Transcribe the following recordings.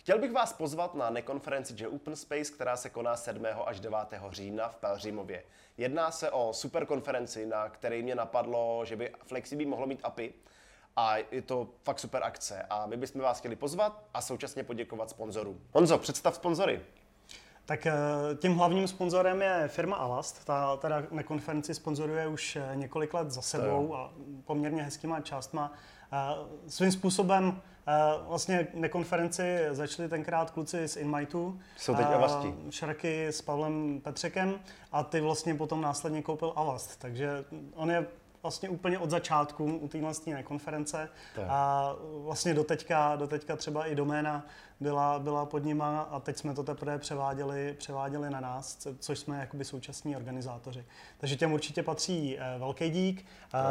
Chtěl bych vás pozvat na nekonferenci J Open Space, která se koná 7. až 9. října v Pelhřimově. Jedná se o super konferenci, na které mě napadlo, že by FlexiBee mohlo mít API a je to fakt super akce. A my bychom vás chtěli pozvat a současně poděkovat sponzorům. Honzo, představ sponzory. Tak tím hlavním sponzorem je firma Avast. Ta teda na konferenci sponzoruje už několik let za sebou a poměrně hezkýma částma. Svým způsobem vlastně na konferenci začali tenkrát kluci z InMightu. Jsou teď Avasti. Šraky s Pavlem Petřekem a ty vlastně potom následně koupil Avast. Takže on je vlastně úplně od začátku u téhle konference a vlastně doteďka třeba i doména byla pod nima a teď jsme to teprve převáděli na nás, což jsme jakoby současní organizátoři. Takže těm určitě patří velký dík.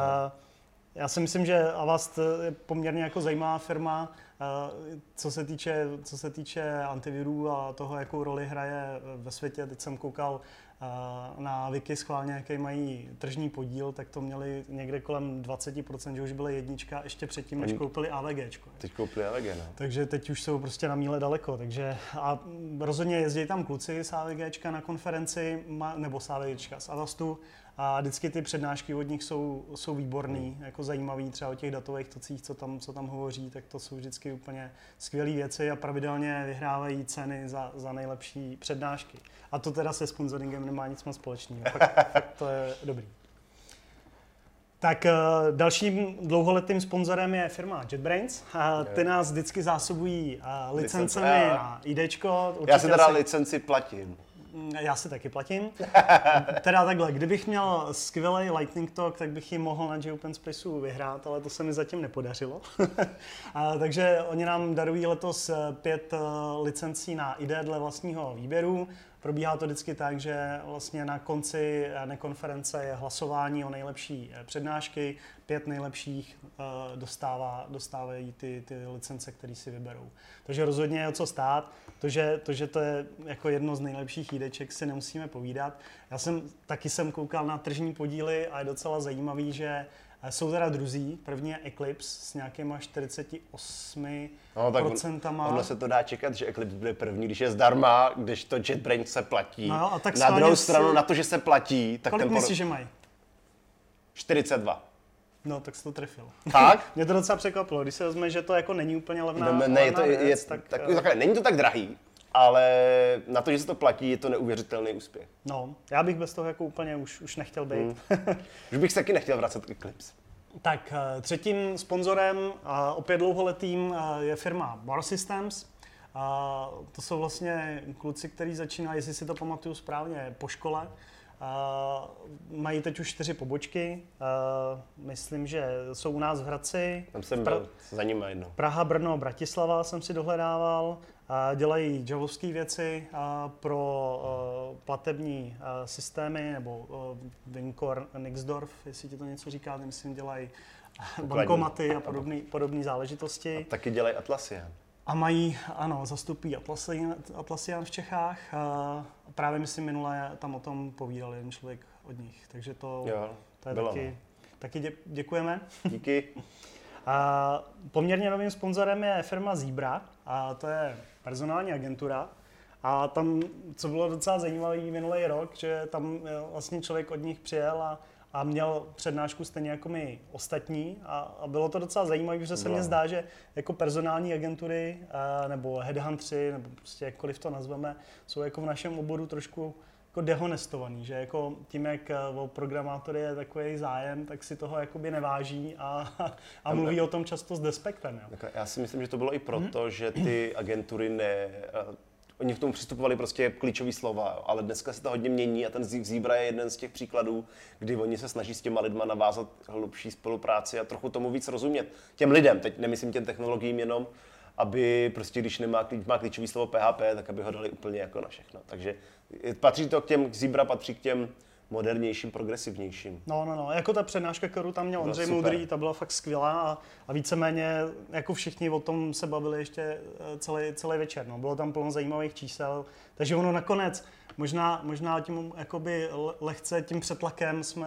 Já si myslím, že Avast je poměrně jako zajímavá firma, co se týče antivirů a toho, jakou roli hraje ve světě. Teď jsem koukal na Wiki schválně, jaký mají tržní podíl, tak to měli někde kolem 20%, že už byla jednička ještě předtím, než koupili AVGčko. Teď koupili AVG, no. Takže teď už jsou prostě na míle daleko. Takže a rozhodně jezdí tam kluci z AVGčka na konferenci, nebo z AVGčka, z Avastu. A vždycky ty přednášky od nich jsou výborný, jako zajímavý, třeba o těch datových tocích, co tam hovoří, tak to jsou vždycky úplně skvělé věci a pravidelně vyhrávají ceny za nejlepší přednášky. A to teda se sponsoringem nemá nic moc společného, fakt to je dobrý. Tak dalším dlouholetým sponzorem je firma JetBrains. Ty nás vždycky zásobují licencemi na IDčko. Já si teda licenci platím. Já si taky platím. Teda takhle, kdybych měl skvělý Lightning Talk, tak bych ji mohl na J Open Spaceu vyhrát, ale to se mi zatím nepodařilo. Takže oni nám darují letos 5 licencí na ID dle vlastního výběru. Probíhá to vždycky tak, že vlastně na konci konference je hlasování o nejlepší přednášky. 5 nejlepších dostávají ty licence, které si vyberou. Takže rozhodně je o co stát. To, že to je jako jedno z nejlepších jídeček, si nemusíme povídat. Já jsem taky koukal na tržní podíly a je docela zajímavý, že jsou teda druzí. První je Eclipse s nějakýma 48%. No, tak ono se to dá čekat, že Eclipse bude první, když je zdarma, když to JetBrains se platí. No, a tak na druhou stranu, na to, že se platí, tak kolik myslíš, že mají? 42. No, tak jsi to trefil. Tak? Mě to docela překvapilo, když se vezme, že to jako není úplně levná věc, tak není to tak drahý, ale na to, že se to platí, je to neuvěřitelný úspěch. No, já bych bez toho jako úplně už nechtěl být. Už bych se taky nechtěl vracet k Eclipse. Tak třetím sponzorem, opět dlouholetým, je firma Bar Systems. To jsou vlastně kluci, kteří začínají, jestli si to pamatuju správně, po škole. Mají teď už 4 pobočky, myslím, že jsou u nás v Hradci. Tam jsem byl, za nimi jedno. Praha, Brno, Bratislava jsem si dohledával. Dělají javovské věci pro platební systémy, nebo Vincor, Nixdorf, jestli ti to něco říká, myslím, dělají bankomaty a podobné záležitosti. A taky dělají Atlassian. A mají, ano, zastupují Atlassian v Čechách. Právě myslím minule tam o tom povídal jeden člověk od nich, takže to je taky děkujeme. Díky. Poměrně novým sponzorem je firma Zebra, a to je personální agentura. A tam, co bylo docela zajímavé minulý rok, že tam vlastně člověk od nich přijel a měl přednášku stejně jako my ostatní a bylo to docela zajímavé, protože se mně zdá, že jako personální agentury nebo headhuntři, nebo prostě jakkoliv to nazveme, jsou jako v našem oboru trošku jako dehonestovaný, že jako tím, jak o programátory je takový zájem, tak si toho jakoby neváží a mluví o tom často s despektem. Jo. Já si myslím, že to bylo i proto, že ty agentury oni k tomu přistupovali prostě klíčový slova, ale dneska se to hodně mění a ten Zebra je jeden z těch příkladů, kdy oni se snaží s těma lidma navázat hlubší spolupráci a trochu tomu víc rozumět. Těm lidem, teď nemyslím těm technologiím jenom, aby prostě, když má klíčový slovo PHP, tak aby ho dali úplně jako na všechno. Takže patří to Zebra patří k těm modernějším, progresivnějším. No, jako ta přednáška, kterou tam měl Ondřej Moudrý, ta byla fakt skvělá a víceméně jako všichni o tom se bavili ještě celý večer. No. Bylo tam plno zajímavých čísel, takže ono nakonec, možná tím jakoby lehce tím přetlakem jsme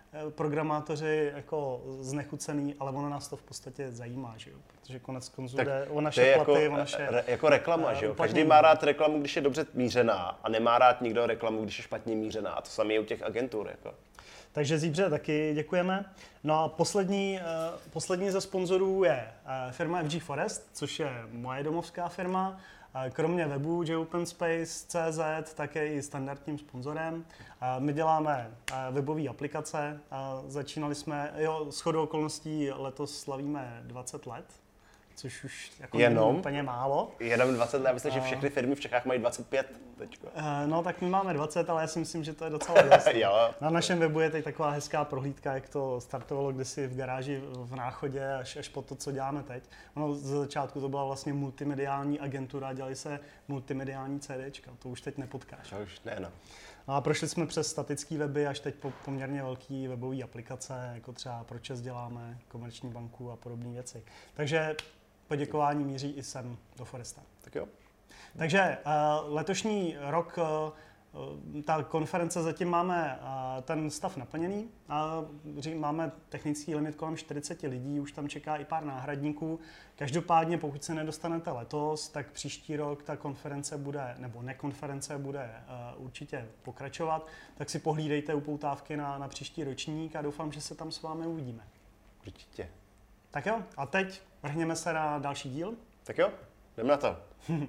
programátoři jako znechucený, ale ono nás to v podstatě zajímá, že jo? Protože konec konců jde o To naše je platy, jako, o naše... jako reklama, že jo? Každý má rád reklamu, když je dobře mířená a nemá rád nikdo reklamu, když je špatně mířená. A to samé je u těch agentur. Jako. Takže Zebře taky děkujeme. No a poslední ze sponzorů je firma FG Forest, což je moje domovská firma. Kromě webu JOpenSpace.cz také i standardním sponzorem. My děláme webové aplikace. Začínali jsme, shodou okolností letos slavíme 20 let, což už jako není úplně málo. Jenom 20 let, já myslím, že všechny firmy v Čechách mají 25 teďko. No tak my máme 20, ale já si myslím, že to je docela dost. Na našem webu je teď taková hezká prohlídka, jak to startovalo kdysi v garáži v Náchodě až po to, co děláme teď. Ono ze začátku to byla vlastně multimediální agentura, dělali se multimediální CDčka, to už teď nepotkáš. To už ne, no. A prošli jsme přes statické weby až teď po poměrně velké webové aplikace, jako třeba pro ČES děláme, Komerční banku a podobné věci. Takže poděkování míří i sem do Foresta. Tak jo. Takže letošní rok, ta konference, zatím máme ten stav naplněný. Máme technický limit kolem 40 lidí, už tam čeká i pár náhradníků. Každopádně, pokud se nedostanete letos, tak příští rok ta konference bude, nebo nekonference bude určitě pokračovat. Tak si pohlídejte upoutávky na příští ročník a doufám, že se tam s vámi uvidíme. Určitě. Tak jo, a teď vrhněme se na další díl. Tak jo, jdeme na to.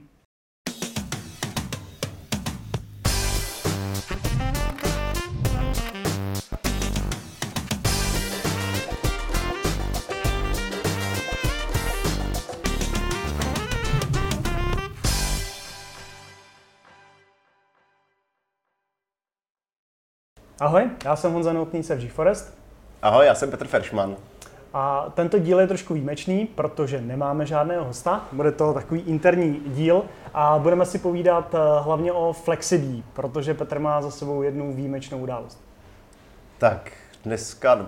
Ahoj, já jsem Honza Novotný z FG Forest. Ahoj, já jsem Petr Feršman. A tento díl je trošku výjimečný, protože nemáme žádného hosta. Bude to takový interní díl a budeme si povídat hlavně o Flexibí, protože Petr má za sebou jednu výjimečnou událost. Tak dneska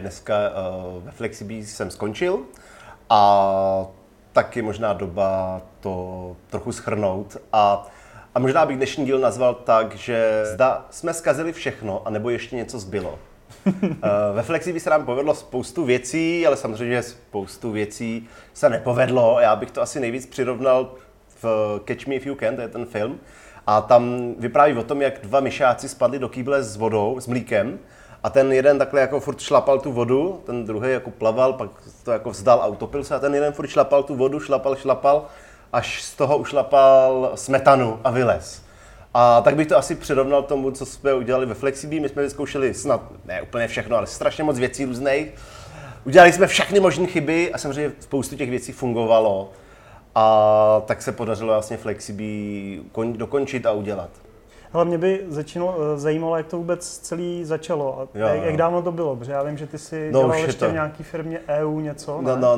ve Flexibí jsem skončil a tak je možná doba to trochu shrnout. A možná bych dnešní díl nazval tak, že zda jsme zkazili všechno, anebo ještě něco zbylo. Ve Flexibí se nám povedlo spoustu věcí, ale samozřejmě spoustu věcí se nepovedlo. Já bych to asi nejvíc přirovnal v Catch Me If You Can, to je ten film. A tam vypráví o tom, jak dva myšáci spadli do kýble s vodou, s mlíkem. A ten jeden takhle jako furt šlapal tu vodu, ten druhý jako plaval, pak to jako vzdal a utopil se. A ten jeden furt šlapal tu vodu, šlapal, až z toho ušlapal smetanu a vylez. A tak bych to asi přirovnal tomu, co jsme udělali ve Flexibí. My jsme vyzkoušeli snad, ne úplně všechno, ale strašně moc věcí různých. Udělali jsme všechny možné chyby a samozřejmě spoustu těch věcí fungovalo. A tak se podařilo vlastně Flexibí dokončit a udělat. Ale mě by zajímalo, jak to vůbec celý začalo a jak dávno to bylo, protože já vím, že ty si dělal ještě v nějaký firmě EU něco.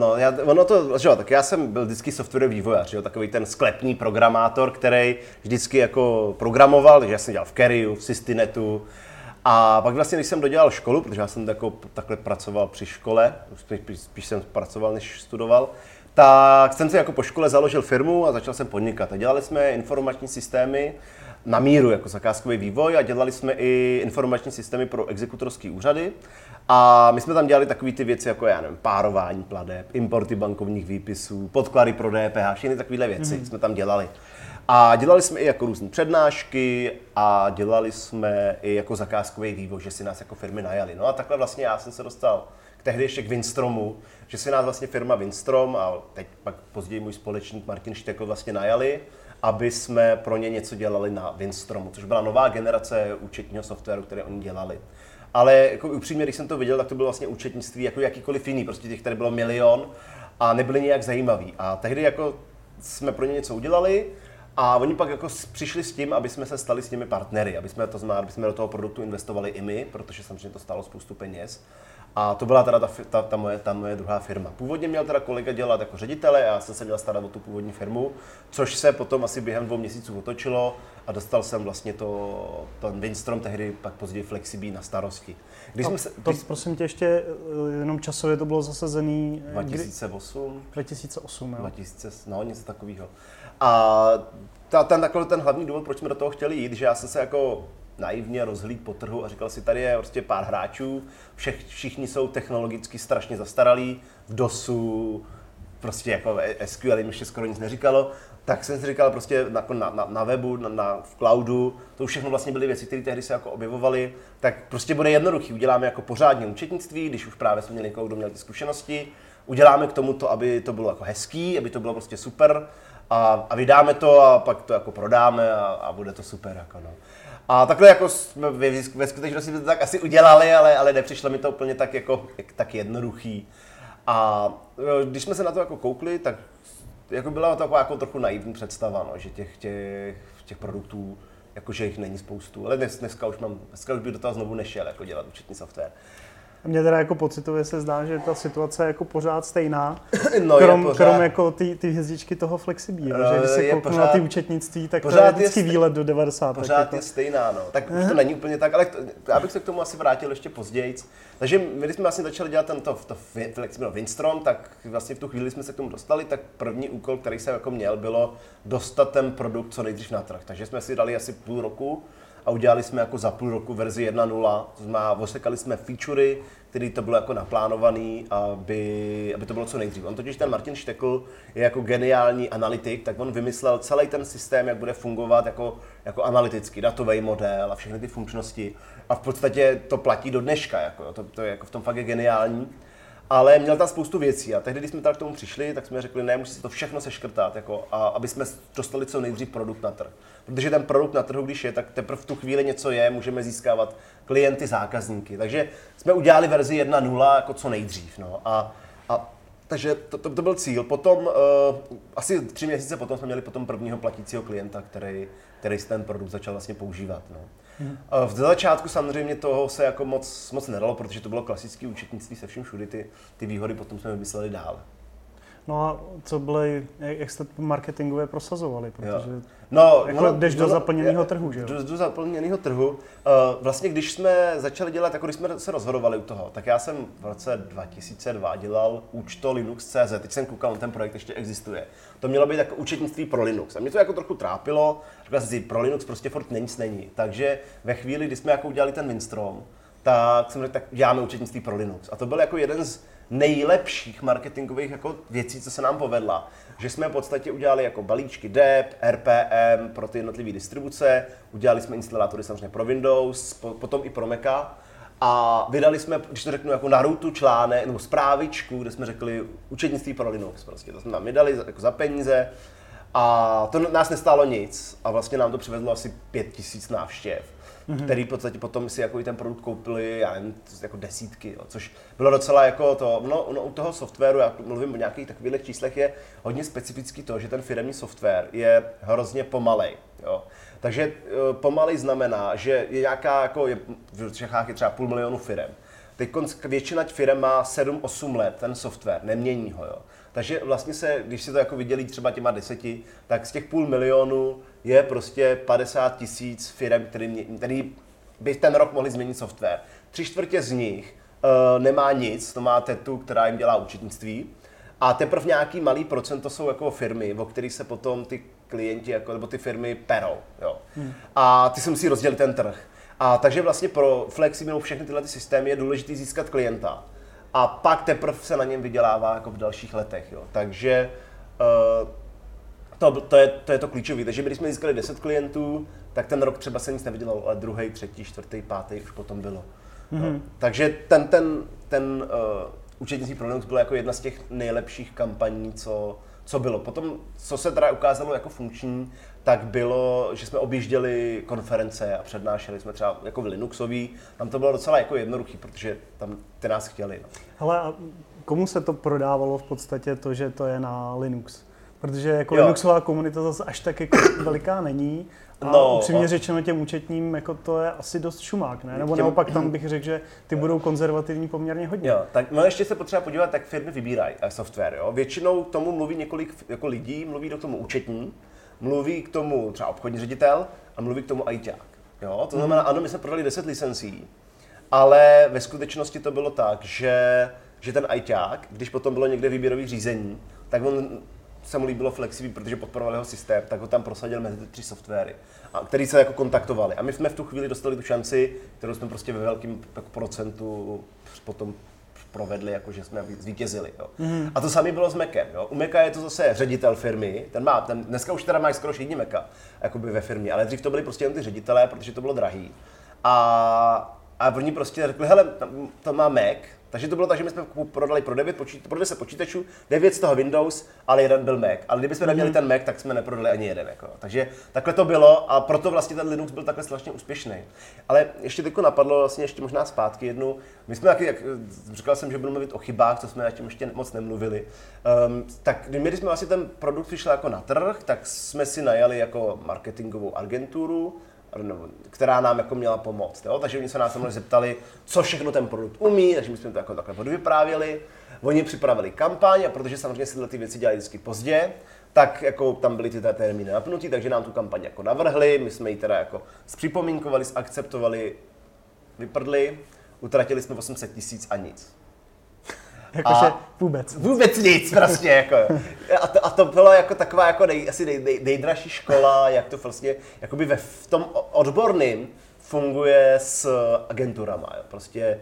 Tak já jsem byl vždycky software vývojář, takový ten sklepní programátor, který vždycky jako programoval, takže já jsem dělal v Carryu, v Systinetu. A pak vlastně, když jsem dodělal školu, protože já jsem takhle pracoval při škole, spíš jsem pracoval, než studoval, tak jsem si jako po škole založil firmu a začal jsem podnikat. A dělali jsme informační systémy na míru jako zakázkový vývoj a dělali jsme i informační systémy pro exekutorské úřady. A my jsme tam dělali takové ty věci jako, já nevím, párování plateb, importy bankovních výpisů, podklady pro DPH, všechny takovéhle věci jsme tam dělali. A dělali jsme i jako různé přednášky a dělali jsme i jako zakázkový vývoj, že si nás jako firmy najali. No a takhle vlastně já jsem se dostal tehdy ještě k Winstromu, že si nás vlastně firma Winstrom a teď pak později můj společník Martin Štekl vlastně najali, aby jsme pro ně něco dělali na Winstromu, což byla nová generace účetního softwaru, které oni dělali. Ale jako upřímně, když jsem to viděl, tak to bylo vlastně účetnictví jako jakýkoliv jiný, prostě těch tady bylo milion a nebyly nějak zajímavý. A tehdy jako jsme pro ně něco udělali a oni pak jako přišli s tím, aby jsme se stali s nimi partnery, aby jsme do toho produktu investovali i my, protože samozřejmě to stálo spoustu peněz. A to byla teda ta moje druhá firma. Původně měl teda kolega dělat jako ředitele a já jsem se měl starat o tu původní firmu, což se potom asi během 2 měsíců otočilo a dostal jsem vlastně ten Winstrom, tehdy pak později Flexibí na starosti. Prosím tě ještě, jenom časově to bylo zasazený... 2008. 2008, jo. 2000, no něco takového. A ten hlavní důvod, proč jsme do toho chtěli jít, že já jsem se jako naivně rozhlíd po trhu a říkal si, tady je prostě pár hráčů, všichni jsou technologicky strašně zastaralí, v DOSu, prostě jako SQL jim ještě skoro nic neříkalo, tak jsem si říkal prostě na webu, v cloudu, to už všechno vlastně byly věci, které tehdy se jako objevovaly, tak prostě bude jednoduchý, uděláme jako pořádně účetnictví, když už právě jsme měli někoho, kdo měl ty zkušenosti, uděláme k tomu to, aby to bylo jako hezký, aby to bylo prostě super a vydáme to a pak to jako prodáme a bude to super jako no. A takhle jako jsme ve skutečnosti to tak asi udělali, ale nepřišlo mi to úplně tak jako tak jednoduchý. A když jsme se na to jako koukli, tak jako byla to taková jako trochu naivní představa, no, že těch produktů, jakože jich není spoustu, ale dneska už by do toho znovu nešel jako dělat účetní software. Mně teda jako pocitově se zdá, že ta situace je jako pořád stejná, no, krom jako ty hvězdičky toho Flexibí, že když se kouknu na ty účetnictví, tak to je vždycky výlet do 90. Pořád je stejná, no. Tak už to není úplně tak, ale já bych se k tomu asi vrátil ještě později. Takže my, když jsme vlastně začali dělat to Winstrom, tak vlastně v tu chvíli jsme se k tomu dostali, tak první úkol, který jsem jako měl, bylo dostat ten produkt co nejdřív na trh. Takže jsme si dali asi půl roku a udělali jsme jako za půl roku verzi 1.0, to znamená, osekali jsme featurey, který to bylo jako naplánovaný, aby to bylo co nejdřív. On totiž ten Martin Štekl je jako geniální analytik, tak on vymyslel celý ten systém, jak bude fungovat jako analytický datový model a všechny ty funkčnosti. A v podstatě to platí do dneška, jako, to je jako v tom fakt je geniální. Ale měl tam spoustu věcí a tehdy, když jsme tak k tomu přišli, tak jsme řekli, ne, musí se to všechno seškrtat, jako, a aby jsme dostali co nejdřív produkt na trh. Protože ten produkt na trhu, když je, tak teprve v tu chvíli něco je, můžeme získávat klienty, zákazníky. Takže jsme udělali verzi 1.0 jako co nejdřív. No. Takže to byl cíl. Potom, asi 3 měsíce potom jsme měli potom prvního platícího klienta, který ten produkt začal vlastně používat. No. V začátku samozřejmě toho se jako moc nedalo, protože to bylo klasické účetnictví se vším všudy, ty výhody potom jsme vymysleli dál. No a co byly, jak jste marketingově prosazovali, protože jdeš do zaplněného trhu, že jo? Do zaplněného trhu. Vlastně když jsme začali dělat, jako když jsme se rozhodovali u toho, tak já jsem v roce 2002 dělal účto Linux.cz, teď jsem koukal, ten projekt ještě existuje. To mělo být jako účetnictví pro Linux a mě to jako trochu trápilo, říkal jsem si, pro Linux prostě furt nic není. Takže ve chvíli, kdy jsme jako udělali ten Winstrom, tak jsem řekl, tak děláme účetnictví pro Linux. A to byl jako jeden z nejlepších marketingových jako věcí, co se nám povedla. Že jsme v podstatě udělali jako balíčky DEP, RPM pro ty jednotlivé distribuce, udělali jsme instalátory samozřejmě pro Windows, potom i pro Maca a vydali jsme, když to řeknu, jako na routu článek nebo zprávičku, kde jsme řekli účetnictví pro Linux. Prostě. To jsme nám vydali jako za peníze a to nás nestálo nic a vlastně nám to přivezlo asi 5000 návštěv. Který v podstatě potom si jako i ten produkt koupili, já nevím, jako desítky, jo, což bylo docela jako to, no u toho softwaru, já mluvím o nějakých takových číslech, je hodně specifický to, že ten firemní software je hrozně pomalej, jo. Takže pomalej znamená, že je nějaká, jako v Čechách je třeba 500 000 firem. Teď většina firem má 7-8 let ten software, nemění ho, jo. Takže vlastně když si to jako vydělí třeba těma 10, tak z těch 500 000 je prostě 50 000 firem, který by ten rok mohli změnit software. 3/4 z nich nemá nic, to má tetu, která jim dělá účetnictví. A teprve nějaký malý procento jsou jako firmy, o kterých se potom ty klienti jako, nebo ty firmy perou. Jo. A ty si musí rozdělit ten trh. A takže vlastně pro Flexibil všechny tyhle systémy je důležité získat klienta. A pak se na něm vydělává jako v dalších letech. Jo. Takže to je to klíčové. Takže když jsme získali 10 klientů, tak ten rok třeba se nic nevydělalo, ale 2., 3., 4., 5. už potom bylo. No. Takže ten účetnictví pro Linux bylo jako jedna z těch nejlepších kampaní, co bylo. Potom, co se teda ukázalo jako funkční, tak bylo, že jsme objížděli konference a přednášeli jsme třeba jako Linuxový. Tam to bylo docela jako jednoduchý, protože tam ty nás chtěli. No. Hele, a komu se to prodávalo v podstatě to, že to je na Linux? Protože jako Linuxová komunita zase až tak jako veliká není. A upřímně řečeno těm účetním jako to je asi dost šumák, ne? Nebo naopak tam bych řekl, že ty budou konzervativní poměrně hodně. Jo, tak ještě se potřeba podívat, jak firmy vybírají software. Jo? Většinou k tomu mluví několik jako lidí, mluví k tomu účetní, mluví k tomu třeba obchodní ředitel a mluví k tomu ajťák. Jo? To znamená, ano, my jsme prodali 10 licencí, ale ve skutečnosti to bylo tak, že ten ajťák, když potom bylo někde výběrový řízení, tak on se mu líbilo Flexibit, protože podporoval jeho systém, tak ho tam prosadil mezi ty 3 softwary, který se jako kontaktovali. A my jsme v tu chvíli dostali tu šanci, kterou jsme prostě ve velkém jako procentu potom provedli, jakože jsme zvítězili. Jo. A to samé bylo s Macem. Jo. U Maca je to zase ředitel firmy, dneska už teda mají skoro všichni Maca jakoby ve firmě, ale dřív to byli prostě jen ty ředitelé, protože to bylo drahý. A oni prostě řekli, hele, to má Mac, takže to bylo tak, že my jsme prodali pro 10 počítačů, 9 z toho Windows, ale jeden byl Mac. Ale kdybychom neměli ten Mac, tak jsme neprodali ani jeden. Jako. Takže takhle to bylo a proto vlastně ten Linux byl takhle strašně úspěšný. Ale ještě teďko napadlo vlastně ještě možná zpátky jednu. My jsme taky, jak říkal jsem, že budu mluvit o chybách, co jsme na tím ještě moc nemluvili. Tak když jsme vlastně ten produkt přišel jako na trh, tak jsme si najali jako marketingovou agenturu, která nám jako měla pomoct. Jo? Takže oni se nás samozřejmě zeptali, co všechno ten produkt umí, takže my jsme to jako takhle podvyprávěli. Oni připravili kampaň a protože samozřejmě si tyhle ty věci dělali vždycky pozdě, tak jako tam byly ty termíny napnutý, takže nám tu kampaň jako navrhli, my jsme ji teda jako zpřipomínkovali, zakceptovali, vyprdli, utratili jsme 800 000 a nic. Jakože vůbec. Vůbec nic prostě, jako. A to bylo jako taková jako asi nejdražší škola, jak to vlastně jakoby v tom odborným funguje s agenturama. Jo. Prostě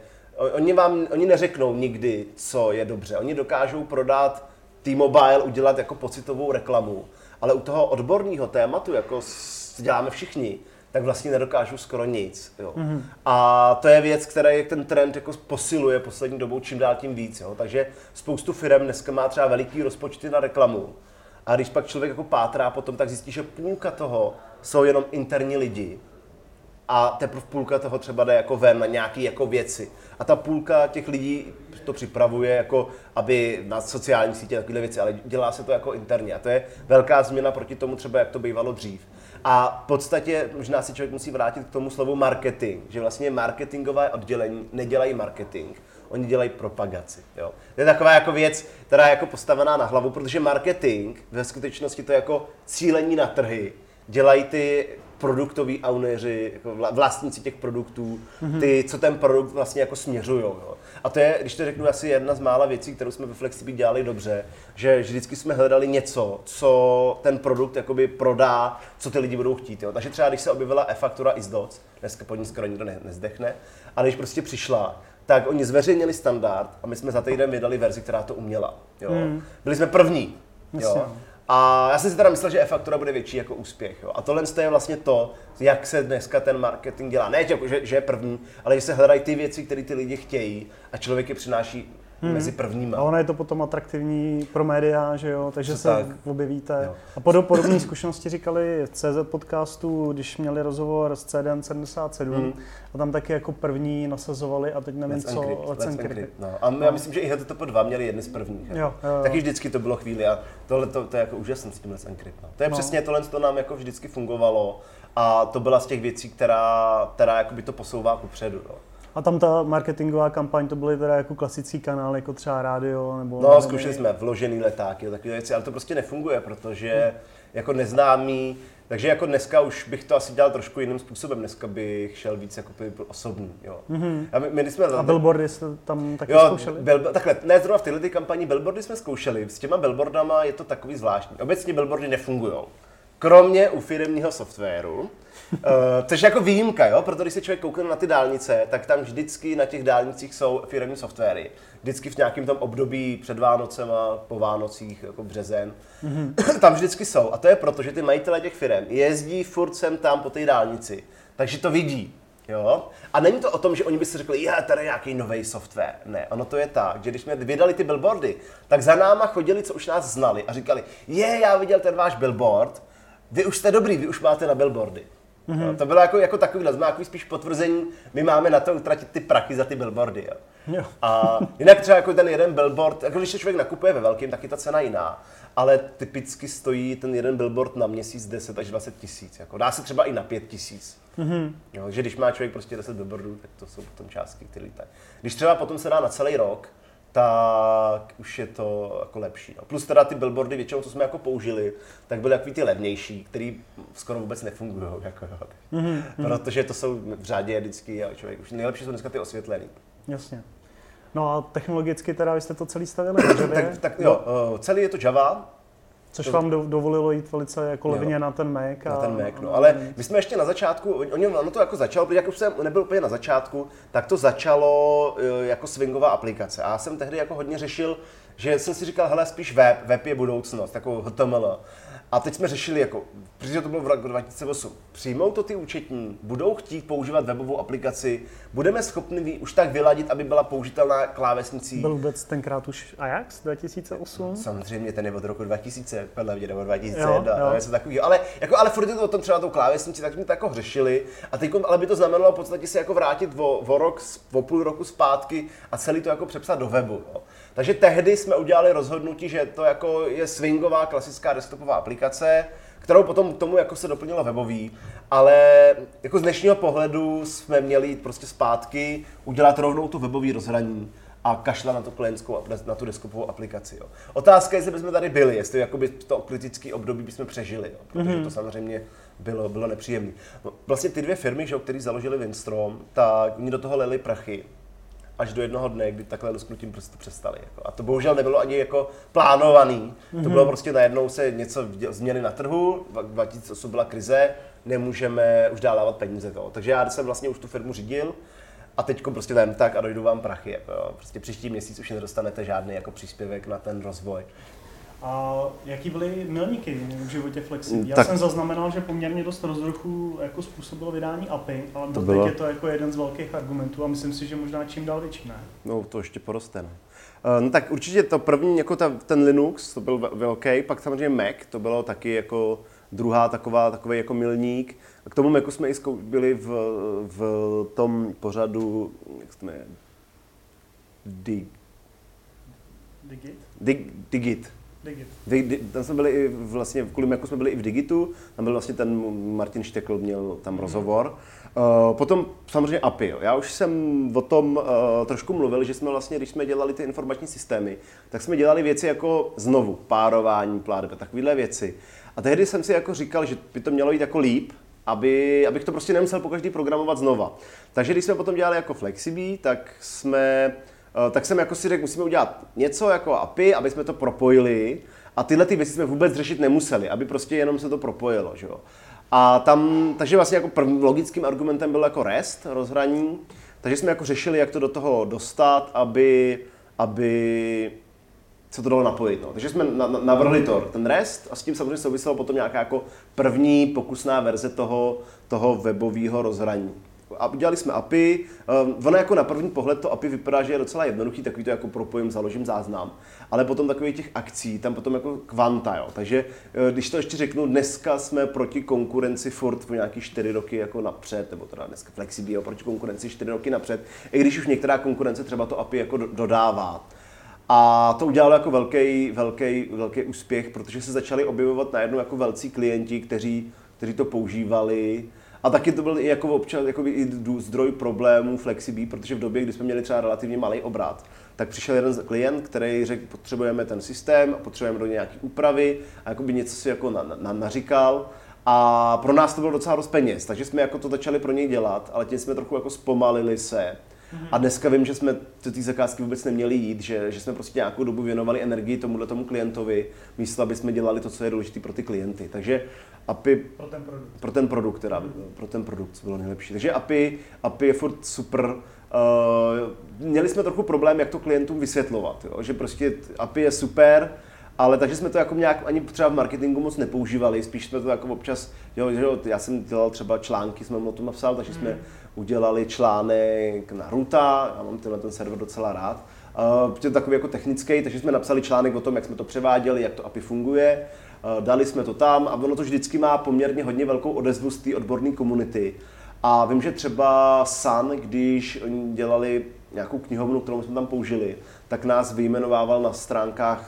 oni neřeknou nikdy, co je dobře. Oni dokážou prodat T-Mobile, udělat jako pocitovou reklamu, ale u toho odborného tématu, jako děláme všichni, tak vlastně nedokážu skoro nic. Jo. A to je věc, která ten trend jako posiluje poslední dobou čím dál tím víc. Jo. Takže spoustu firem dneska má třeba veliký rozpočty na reklamu. A když pak člověk jako pátrá potom, tak zjistí, že půlka toho jsou jenom interní lidi. A teprve půlka toho třeba jde jako ven na nějaké jako věci. A ta půlka těch lidí to připravuje, jako aby na sociální sítě takové věci, ale dělá se to jako interně. A to je velká změna proti tomu třeba, jak to bývalo dřív. A v podstatě možná si člověk musí vrátit k tomu slovu marketing, že vlastně marketingové oddělení nedělají marketing, oni dělají propagaci. Jo. To je taková jako věc, která je jako postavená na hlavu, protože marketing ve skutečnosti to je jako cílení na trhy, dělají ty produktoví owneři, jako vlastníci těch produktů, ty, co ten produkt vlastně jako směřujou. Jo. A to je, když to řeknu, asi jedna z mála věcí, kterou jsme ve Flexibit dělali dobře, že vždycky jsme hledali něco, co ten produkt jakoby prodá, co ty lidi budou chtít. Jo. Takže třeba když se objevila e-faktura ISDOC, dneska pod ní skoro nikdo nezdechne, ale když prostě přišla, tak oni zveřejnili standard a my jsme za týden vydali verzi, která to uměla. Jo. Byli jsme první. Jo. A já jsem si teda myslel, že e-faktura bude větší jako úspěch. Jo. A tohle je vlastně to, jak se dneska ten marketing dělá. Ne, že je první, ale že se hledají ty věci, které ty lidi chtějí a člověk je přináší mezi prvníma. A ono je to potom atraktivní pro média, že jo, takže se tak objevíte. Jo. A podobné zkušenosti říkali v CZ podcastu, když měli rozhovor s CDN 77 a tam taky jako první nasazovali a teď nevím Let's Encrypt. No. A já myslím, že i HTTP 2 měli jedny z prvních. Jo. Taky vždycky to bylo chvíli a tohle to je jako úžasné s tím Let's Encrypt. No. To je přesně tohle, to nám jako vždycky fungovalo a to byla z těch věcí, která jakoby to posouvá kupředu. No. A tam ta marketingová kampaň, to byly teda jako klasický kanál, jako třeba rádio nebo... No, zkoušeli jsme vložený letáky a takové věci, ale to prostě nefunguje, protože jako neznámý, takže jako dneska už bych to asi dělal trošku jiným způsobem, dneska bych šel víc jako osobní, jo. A billboardy jste tam taky zkoušeli? Takhle, ne zrovna v této kampani, billboardy jsme zkoušeli, s těma billboardama je to takový zvláštní. Obecně billboardy nefungujou. Kromě u firemního softwaru, což je jako výjimka, jo? Protože když se člověk koukne na ty dálnice, tak tam vždycky na těch dálnicích jsou firemní softwary. Vždycky v nějakém tom období před Vánocema, po Vánocích, jako březen. Tam vždycky jsou. A to je proto, že ty majitelé těch firem jezdí furt sem tam po té dálnici. Takže to vidí. Jo? A není to o tom, že oni by si řekli, tady je nějaký nový software. Ne, ono to je tak, že když jsme vydali ty billboardy, tak za náma chodili, co už nás znali a říkali, já viděl ten váš billboard, vy už jste dobrý, vy už máte na billboardy. Jo, to bylo jako takový spíš potvrzení, my máme na to utratit ty prachy za ty billboardy. Jo. A jinak třeba jako ten jeden billboard, jako když se člověk nakupuje ve velkým, tak je ta cena jiná. Ale typicky stojí ten jeden billboard na měsíc 10 až 20 tisíc. Jako dá se třeba i na 5 tisíc. Jo, že když má člověk prostě 10 billboardů, tak to jsou potom částky, které lítají. Když třeba potom se dá na celý rok, tak už je to jako lepší. No. Plus teda ty billboardy většinou, co jsme jako použili, tak byly takový ty levnější, který skoro vůbec nefungují. Jako, protože to jsou v řádě vždycky, a člověk už nejlepší jsou dneska ty osvětlený. Jasně. No a technologicky teda vy jste to celý stavili na Javě? tak jo, celý je to Java. Což vám dovolilo jít velice jako levně na ten Mac. Na ten Mac, no. Ale my jsme ještě na začátku, ono to jako začalo, protože jak už jsem nebyl úplně na začátku, tak to začalo jako swingová aplikace. A já jsem tehdy jako hodně řešil, že jsem si říkal, hele, spíš web je budoucnost, jako HTML. A teď jsme řešili, jako, protože to bylo v roku 2008, přijmou to ty účetní, budou chtít používat webovou aplikaci, budeme schopni už tak vyladit, aby byla použitelná klávesnicí. Byl vůbec tenkrát už Ajax 2008? Samozřejmě, ten je od roku 2000, podle mě, nebo 2001, něco takového. Ale furt je to o tom třeba tou klávesnicí, tak jsme to jako řešili. A teď, ale by to znamenalo v podstatě se jako vrátit o půl roku zpátky a celý to jako přepsat do webu. Jo. Takže tehdy jsme udělali rozhodnutí, že to jako je swingová klasická desktopová aplikace, kterou potom k tomu jako se doplnilo webový, ale jako z dnešního pohledu jsme měli jít prostě zpátky, udělat rovnou tu webový rozhraní a kašlat na tu klientskou, na tu desktopovou aplikaci. Jo. Otázka je, jestli bychom tady byli, jestli jakoby to kritické období bychom přežili, jo, protože to samozřejmě bylo nepříjemné. No, vlastně ty dvě firmy, které založili Winstrom, tak oni do toho lili prachy. Až do jednoho dne, kdy takhle lusknutím prostě přestali. Jako. A to bohužel nebylo ani jako plánovaný. To bylo prostě najednou se něco změny na trhu, 2008 byla krize, nemůžeme už dál dávat peníze. To. Takže já jsem vlastně už tu firmu řídil a teď prostě jen tak a dojdu vám prachy. Jako, jo. Prostě příští měsíc už nedostanete žádný jako příspěvek na ten rozvoj. A jaký byly milníky v životě Flexibí? Já jsem zaznamenal, že poměrně dost rozruchu jako způsobilo vydání API, ale teď je to jako jeden z velkých argumentů a myslím si, že možná čím dál větší, ne? No to ještě poroste, no. No tak určitě to první, jako ten Linux, to byl velký, pak samozřejmě Mac, to bylo taky jako druhá takový jako milník. K tomu Macu jsme i byli v tom pořadu, jak se to jmenuje? Digit. Tam jsme byli i vlastně, kvůli Macu jsme byli i v Digitu, tam byl vlastně ten Martin Štekl, měl tam rozhovor. Potom samozřejmě API. Jo. Já už jsem o tom trošku mluvil, že jsme vlastně, když jsme dělali ty informační systémy, tak jsme dělali věci jako znovu, párování, plátbe, takovéhle věci. A tehdy jsem si jako říkal, že by to mělo jít jako líp, abych to prostě nemusel pokaždý programovat znova. Takže když jsme potom dělali jako Flexibí, tak jsem jako si řekl, musíme udělat něco jako API, aby jsme to propojili a tyhle ty věci jsme vůbec řešit nemuseli, aby prostě jenom se to propojilo, že jo. Takže vlastně jako logickým argumentem byl jako REST, rozhraní, takže jsme jako řešili, jak to do toho dostat, aby se to dalo napojit. No. Takže jsme navrhli ten REST a s tím samozřejmě souvisela potom nějaká jako první pokusná verze toho webového rozhraní. A udělali jsme API, ono jako na první pohled to API vypadá, že je docela jednoduchý, takový to jako propojím, založím záznam, ale potom takových těch akcí, tam potom jako kvanta, jo. Takže když to ještě řeknu, dneska jsme proti konkurenci furt po nějaký 4 roky jako napřed, nebo teda dneska Flexibí, proti konkurenci 4 roky napřed, i když už některá konkurence třeba to API jako dodává. A to udělalo jako velký úspěch, protože se začali objevovat najednou jako velcí klienti, kteří to používali. A taky to byl i jako občas i zdroj problémů Flexibí, protože v době, kdy jsme měli třeba relativně malý obrat, tak přišel jeden klient, který řekl, potřebujeme ten systém, potřebujeme do nějaké úpravy a jakoby něco si jako naříkal. A pro nás to bylo docela dost peněz, takže jsme jako to začali pro něj dělat, ale tím jsme trochu jako zpomalili se. A dneska vím, že jsme ty zakázky vůbec neměli jít, že jsme prostě nějakou dobu věnovali energii tomu klientovi, místo aby jsme dělali to, co je důležité pro ty klienty. Takže API pro ten produkt bylo nejlepší. Takže API je furt super. Měli jsme trochu problém, jak to klientům vysvětlovat, jo? Že prostě API je super, ale takže jsme to jako nějak ani třeba v marketingu moc nepoužívali, spíš jsme to jako občas, já jsem dělal třeba články, jsem o tom napsal, takže jsme udělali článek na Ruta, já mám ten server docela rád, takový jako technický, takže jsme napsali článek o tom, jak jsme to převáděli, jak to API funguje, dali jsme to tam a ono to vždycky má poměrně hodně velkou odezvu z té odborné komunity. A vím, že třeba Sun, když oni dělali nějakou knihovnu, kterou jsme tam použili, tak nás vyjmenovával na stránkách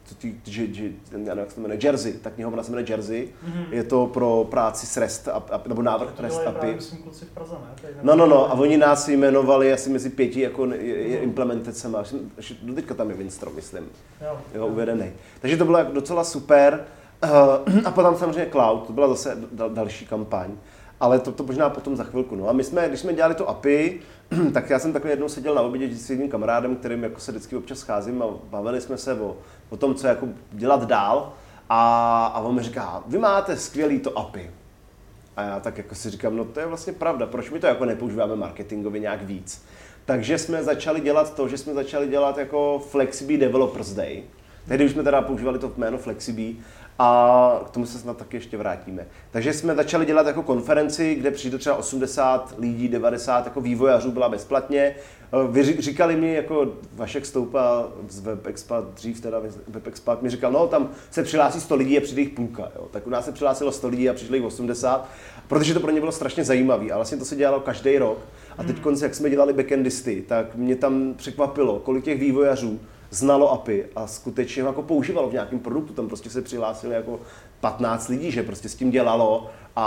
jak se jmenuje, Jersey, ta knihovna se jmenuje Jersey, je to pro práci s REST, nebo návrh REST API. Kluci v Praze, ne? No, a oni nás jmenovali asi mezi 5 jako implementacemi, do teďka tam je Winstrom, myslím, jo, uvedený. Takže to bylo docela super. A potom samozřejmě Cloud, to byla zase další kampaň. Ale to možná potom za chvilku. No a když jsme dělali to API, tak já jsem takhle jednou seděl na obědě s jedním kamarádem, kterým jako se vždycky občas scházím a bavili jsme se o tom, co jako dělat dál. A on mi říká, vy máte skvělý to API. A já tak jako si říkám, no to je vlastně pravda, proč my to jako nepoužíváme marketingově nějak víc. Takže jsme začali dělat to, že jsme začali dělat jako Flexibee Developers Day. Tehdy už jsme teda používali to jméno Flexibee a k tomu se snad taky ještě vrátíme. Takže jsme začali dělat jako konferenci, kde přijde třeba 80 lidí, 90 jako vývojářů, byla bezplatně. Říkali mi, jako Vašek Stoupa z WebExpat, dřív teda WebExpat, mi říkal, no tam se přihlásí 100 lidí a přijde jich půlka. Jo. Tak u nás se přihlásilo 100 lidí a přišlo jich 80, protože to pro ně bylo strašně zajímavé. A vlastně to se dělalo každý rok. A teď, jak jsme dělali backendisty, tak mě tam překvapilo, kolik těch vývojářů znalo API a skutečně ho jako používalo v nějakém produktu. Tam prostě se přihlásili jako 15 lidí, že prostě s tím dělalo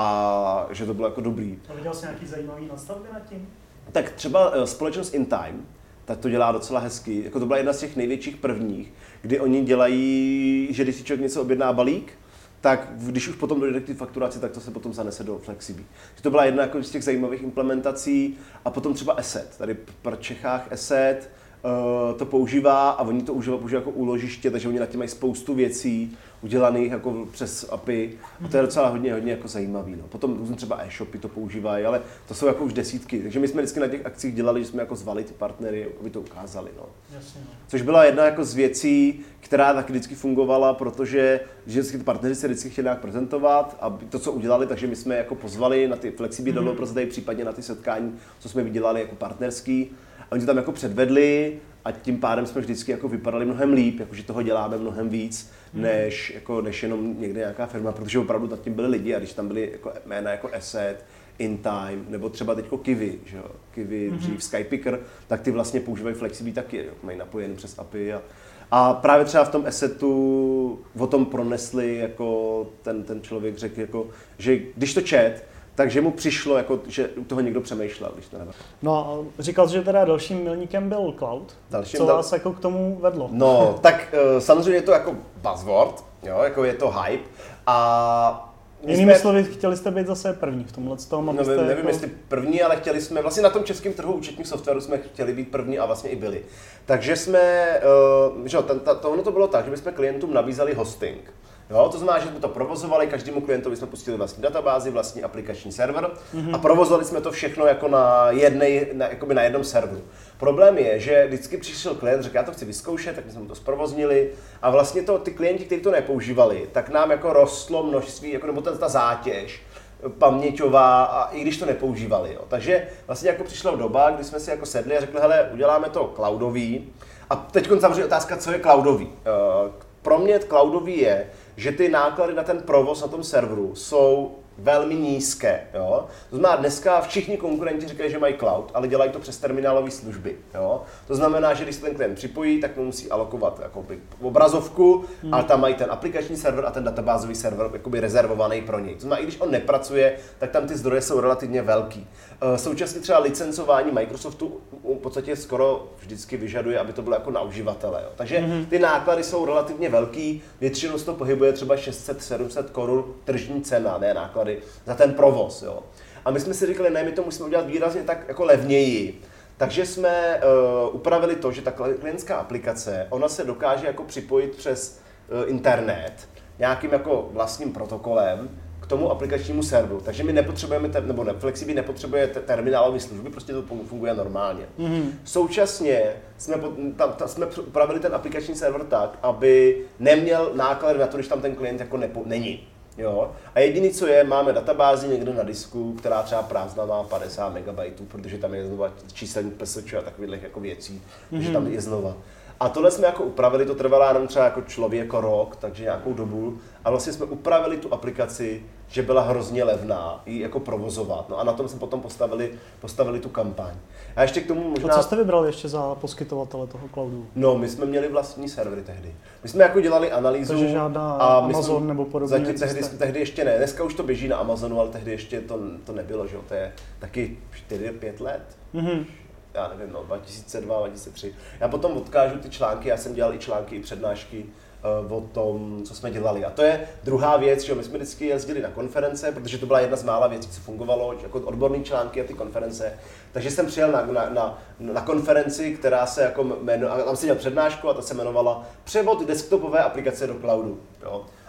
a že to bylo jako dobrý. A viděl jsi nějaký zajímavý nastavby nad tím? Tak třeba společnost InTime, tak to dělá docela hezky. Jako to byla jedna z těch největších prvních, kdy oni dělají, že když si člověk něco objedná balík, tak když už potom dojde k té fakturaci, tak to se potom zanese do Flexibee. To byla jedna jako z těch zajímavých implementací a potom třeba Asset. Tady pro Čechách Asset to používá a oni to používají jako úložiště, takže oni na tím mají spoustu věcí udělaných jako přes API a to je docela hodně jako zajímavý. No. Potom třeba e-shopy to používají, ale to jsou jako už desítky. Takže my jsme vždycky na těch akcích dělali, že jsme jako zvali ty partnery, aby to ukázali. No. Jasně, no. Což byla jedna jako z věcí, která taky vždycky fungovala, protože vždycky ty partneři se vždycky chtěli nějak prezentovat a to, co udělali, takže my jsme jako pozvali na ty Flexibee Developers Day, případně na ty setkání, co jsme vydělali jako partnerský. A oni to tam jako předvedli a tím pádem jsme vždycky jako vypadali mnohem líp, jakože toho děláme mnohem víc, než jenom někde nějaká firma, protože opravdu tam tím byli lidi a když tam byly jako jména jako Asset, InTime, nebo třeba teďko Kiwi, že jo? Kiwi, dřív Skypicker, tak ty vlastně používají Flexibee taky, jo? Mají napojený přes API a právě třeba v tom Assetu o tom pronesli, jako ten člověk řekl, jako, že když to čet, takže mu přišlo, jako, že u toho někdo přemýšlel, když to nebylo. No, říkal jsi, že teda dalším milníkem byl cloud. Co vás jako k tomu vedlo? No, tak samozřejmě je to jako buzzword, jo, jako je to hype a jinými slovy, chtěli jste být zase první v tomhle tom, abyste nevím, jestli první, ale chtěli jsme, vlastně na tom českém trhu účetních softwarů jsme chtěli být první a vlastně i byli. Takže jsme, že ono to bylo tak, že my jsme klientům nabízeli hosting. Jo, to znamená, že jsme to provozovali, každému klientovi jsme pustili vlastní databázi, vlastní aplikační server a provozovali jsme to všechno jako na jednom serveru. Problém je, že vždycky přišel klient, řekl, já to chci vyzkoušet, tak jsme mu to zprovoznili a vlastně ty klienti, kteří to nepoužívali, tak nám jako rostlo množství, jako, nebo ta zátěž paměťová, a i když to nepoužívali. Jo. Takže vlastně jako přišla doba, kdy jsme si jako sedli a řekli, hele, uděláme to cloudový. A teď samozřejmě otázka, co je cloudový. Pro mě cloudový je, že ty náklady na ten provoz na tom serveru jsou velmi nízké. Jo? To znamená, dneska všichni konkurenti říkají, že mají cloud, ale dělají to přes terminálové služby. Jo? To znamená, že když se ten klient připojí, tak mu musí alokovat jakoby obrazovku, ale tam mají ten aplikační server a ten databázový server jakoby rezervovaný pro něj. To znamená, i když on nepracuje, tak tam ty zdroje jsou relativně velký. Současně třeba licencování Microsoftu v podstatě skoro vždycky vyžaduje, aby to bylo jako na uživatele. Jo? Takže ty náklady jsou relativně velký, většinou se to pohybuje třeba 600-700 korun tržní cena, ne náklady za ten provoz. Jo? A my jsme si říkali, ne, my to musíme udělat výrazně tak jako levněji. Takže jsme upravili to, že ta klientská aplikace, ona se dokáže jako připojit přes internet nějakým jako vlastním protokolem k tomu aplikačnímu serveru. Takže my nepotřebujeme, Flexibee nepotřebuje terminálové služby, prostě to funguje normálně. Současně jsme upravili ten aplikační server tak, aby neměl náklady na to, když tam ten klient jako není. Jo? A jediný, co je, máme databázi někde na disku, která třeba prázdná má 50 MB, protože tam je znova číselník PSČ a takových jako věcí, takže tam je znova. A tohle jsme jako upravili, to trvalo jenom třeba jako člověk rok, takže nějakou dobu. A vlastně jsme upravili tu aplikaci, že byla hrozně levná ji jako provozovat. No a na tom jsme potom postavili tu kampaň. A ještě k tomu možná... A co jste vybrali ještě za poskytovatele toho cloudu? No, my jsme měli vlastní servery tehdy. My jsme jako dělali analýzu. Takže žádná Amazon nebo podobně? Zatím tehdy ještě ne. Dneska už to běží na Amazonu, ale tehdy ještě to nebylo, že jo. To je taky 4-5 let. Já nevím, 2002, 2003. Já potom odkážu ty články, já jsem dělal i články, i přednášky o tom, co jsme dělali. A to je druhá věc, že my jsme vždycky jezdili na konference, protože to byla jedna z mála věcí, co fungovalo, jako odborné články a ty konference. Takže jsem přijel na konferenci, která se jako jmenovala, tam jsem měl přednášku a ta se jmenovala Převod desktopové aplikace do cloudu. Jo?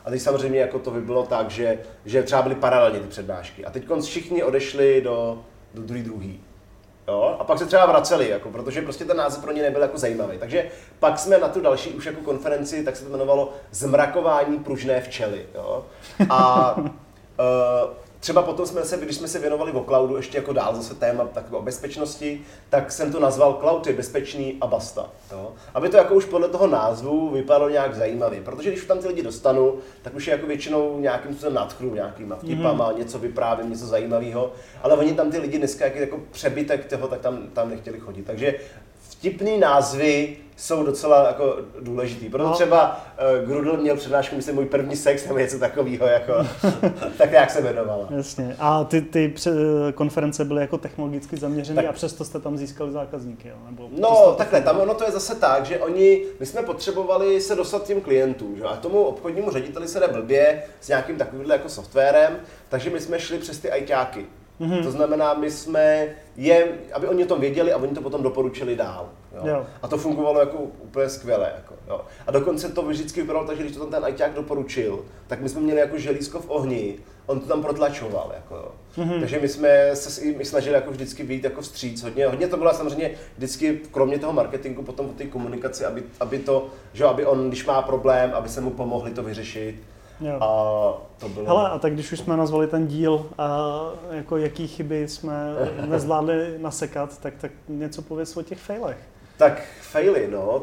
A teď samozřejmě jako to by bylo tak, že třeba byly paralelně ty přednášky. A teď všichni odešli do druhý. Jo? A pak se třeba vraceli, jako, protože prostě ten název pro ně nebyl jako zajímavý. Takže pak jsme na tu další už jako konferenci, tak se to jmenovalo Zmrakování pružné včely. Jo? A třeba potom když jsme se věnovali o cloudu ještě jako dál zase téma takové o bezpečnosti, tak jsem to nazval Cloud je bezpečný a basta. Jo? Aby to jako už podle toho názvu vypadalo nějak zajímavě, protože když tam ty lidi dostanu, tak už je jako většinou nějakým způsobem nadchnu, nějakýma vtipama, něco vyprávím, něco zajímavého, ale oni tam ty lidi dneska jako přebytek toho, tak tam nechtěli chodit. Takže vtipný názvy jsou docela jako důležitý. Proto třeba Grudl měl přednášku, myslím, můj první sex nebo něco takového, jako, tak jak se jmenovala. Jasně. A ty konference byly jako technologicky zaměřené a přesto jste tam získali zákazníky, jo? Nebo no takhle, tam ono to je zase tak, že my jsme potřebovali se dostat těm klientům, že? A tomu obchodnímu řediteli se jde blbě s nějakým takovýmhle jako softwarem, takže my jsme šli přes ty ajťáky. Mm-hmm. To znamená, my jsme aby oni o tom věděli a oni to potom doporučili dál. Jo? A to fungovalo jako úplně skvěle. Jako, jo? A dokonce to vždycky vypadalo tak, že když to ten ajťák doporučil, tak my jsme měli jako želízko v ohni, on to tam protlačoval. Jako, jo? Mm-hmm. Takže my jsme se snažili jako vždycky vyjít jako vstříc. Hodně to bylo samozřejmě vždycky, kromě toho marketingu, potom o té komunikaci, aby on, když má problém, aby se mu pomohli to vyřešit. Jo. A to bylo... Hele, a tak když už jsme nazvali ten díl, jako jaký chyby jsme nezvládli nasekat, tak něco pověz o těch failech. Tak faily, no,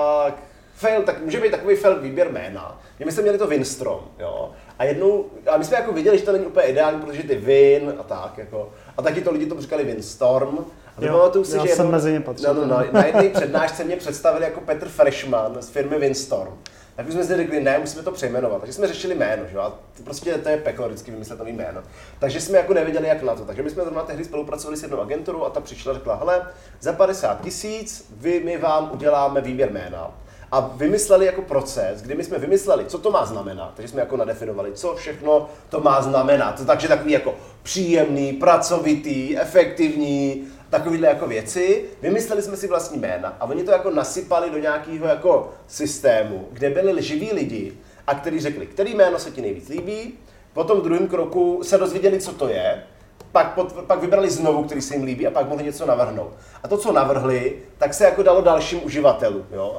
tak může být takový fail výběr jména. My jsme měli to Winstrom, jo, a my jsme jako viděli, že to není úplně ideální, protože ty Win a tak, jako, a taky to lidi tomu říkali Windstorm. A pamatuju si, že na jedné přednášce mě představili jako Petr Freshman z firmy Windstorm. Tak jsme si řekli, ne, musíme to přejmenovat. Takže jsme řešili jméno, že? A prostě to je peklo vždycky vymyslet nový jméno. Takže jsme jako nevěděli, jak na to. Takže my jsme zrovna tehdy spolupracovali s jednou agenturou a ta přišla a řekla, hele, za 50 000 my vám uděláme výběr jména. A vymysleli jako proces, kdy my jsme vymysleli, co to má znamenat. Takže jsme jako nadefinovali, co všechno to má znamenat. Takže takový jako příjemný, pracovitý, efektivní, takovýhle jako věci, vymysleli jsme si vlastní jména a oni to jako nasypali do nějakého jako systému, kde byli živí lidi a kteří řekli, který jméno se ti nejvíc líbí, potom v druhém kroku se dozvěděli, co to je, pak vybrali znovu, který se jim líbí a pak mohli něco navrhnout. A to, co navrhli, tak se jako dalo dalším uživatelům, jo.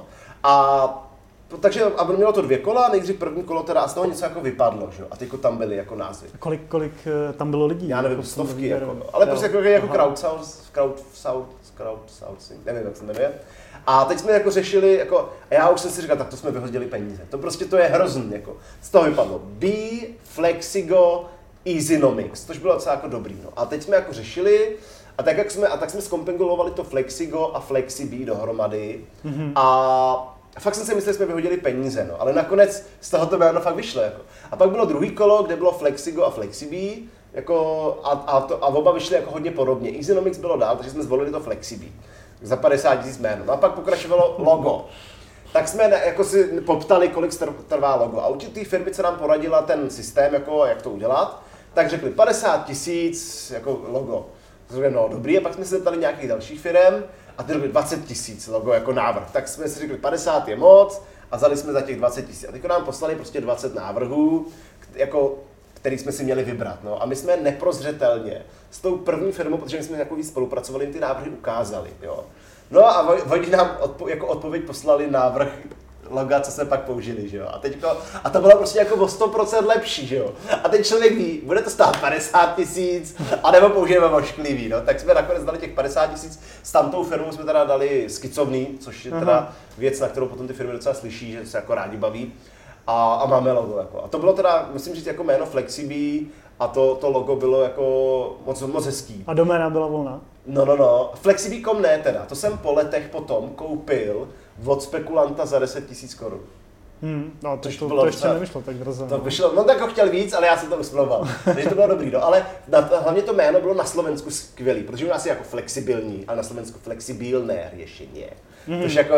Takže mělo to 2 kola, nejdřív první kolo teda a z toho něco jako vypadlo, že? A teďko tam byly jako názvy. Kolik tam bylo lidí? Já nevím, stovky, jako, ale prostě jako crowdsourcing, nevím, jak se jmenuje. A teď jsme jako řešili, jako, a já už jsem si říkal, tak to jsme vyhodili peníze. To prostě to je hrozný, jako. Z toho vypadlo B, Flexigo, Easynomics, což bylo docela jako dobrý, no. A teď jsme jako řešili, tak jsme zkompengovali to Flexigo a FlexiB dohromady. Mm-hmm. A fakt jsem si myslel, že jsme vyhodili peníze, no, ale nakonec z toho to jméno fakt vyšlo. Jako. A pak bylo druhý kolo, kde bylo Flexigo a FlexiB, jako, a oba vyšly jako hodně podobně. Easynomics bylo dál, takže jsme zvolili to FlexiB za 50 000 jméno. No a pak pokračovalo logo. Tak jsme jako si poptali, kolik trvá logo. A určitý firmy, co nám poradila ten systém, jako, jak to udělat, tak řekli 50 000 jako logo. No dobrý, a pak jsme se zeptali nějakých dalších firm a ty řekli 20 000 logo jako návrh. Tak jsme si řekli 50 je moc a vzali jsme za těch 20 000. A teď nám poslali prostě 20 návrhů, jako, který jsme si měli vybrat. No. A my jsme neprozřetelně s tou první firmou, protože my jsme jako víc spolupracovali, jim ty návrhy ukázali. Jo. No a oni nám jako odpověď poslali návrh loga, co jsme pak použili, že jo. A to bylo prostě jako o 100% lepší, že jo. A ten člověk ví, bude to stát 50 000, anebo použijeme ošklivý, no. Tak jsme nakonec dali těch 50 000, s tamtou firmou jsme teda dali skicovný, což je teda věc, na kterou potom ty firmy docela slyší, že se jako rádi baví. A máme logo, jako. A to bylo teda, musím říct, jako jméno FlexiB a to logo bylo jako moc hezký. A doména byla volná? No. FlexiB.com ne teda, to jsem po letech potom koupil od spekulanta za 10 000 korun. No, to ještě nevyšlo tak brzo. To vyšlo, no tak ho chtěl víc, ale já jsem to usmlouval. Takže to bylo dobrý, no, ale hlavně to jméno bylo na Slovensku skvělý, protože u nás je jako flexibilní, ale na Slovensku flexibilné řešení. Což jako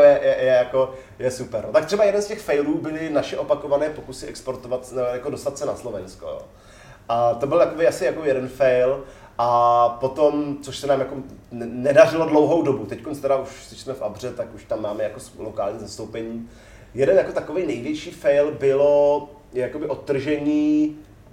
je super. No. Tak třeba jeden z těch failů byly naše opakované pokusy exportovat, jako dostat se na Slovensko. Jo. A to byl takový asi jako jeden fail. A potom, což se nám jako nedařilo dlouhou dobu, teď teda už jsme v Abře, tak už tam máme jako lokální zastoupení. Jeden jako takový největší fail bylo je jakoby odtržení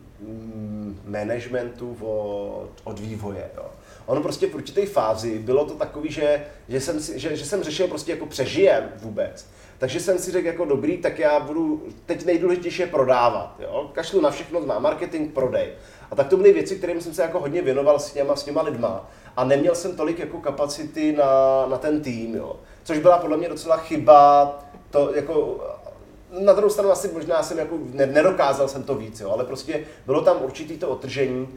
managementu od vývoje. Jo. Ono prostě v určité fázi bylo to takový, že jsem řešil prostě jako přežijem vůbec. Takže jsem si řekl jako dobrý, tak já budu, teď nejdůležitější je prodávat. Jo. Kašlu na všechno, má marketing, prodej. A tak to byly věci, kterým jsem se jako hodně věnoval s těma lidma. A neměl jsem tolik jako kapacity na ten tým, jo. Což byla podle mě docela chyba, to jako, na druhou stranu asi možná jsem jako, nedokázal jsem to víc, jo, ale prostě bylo tam určitý to odtržení,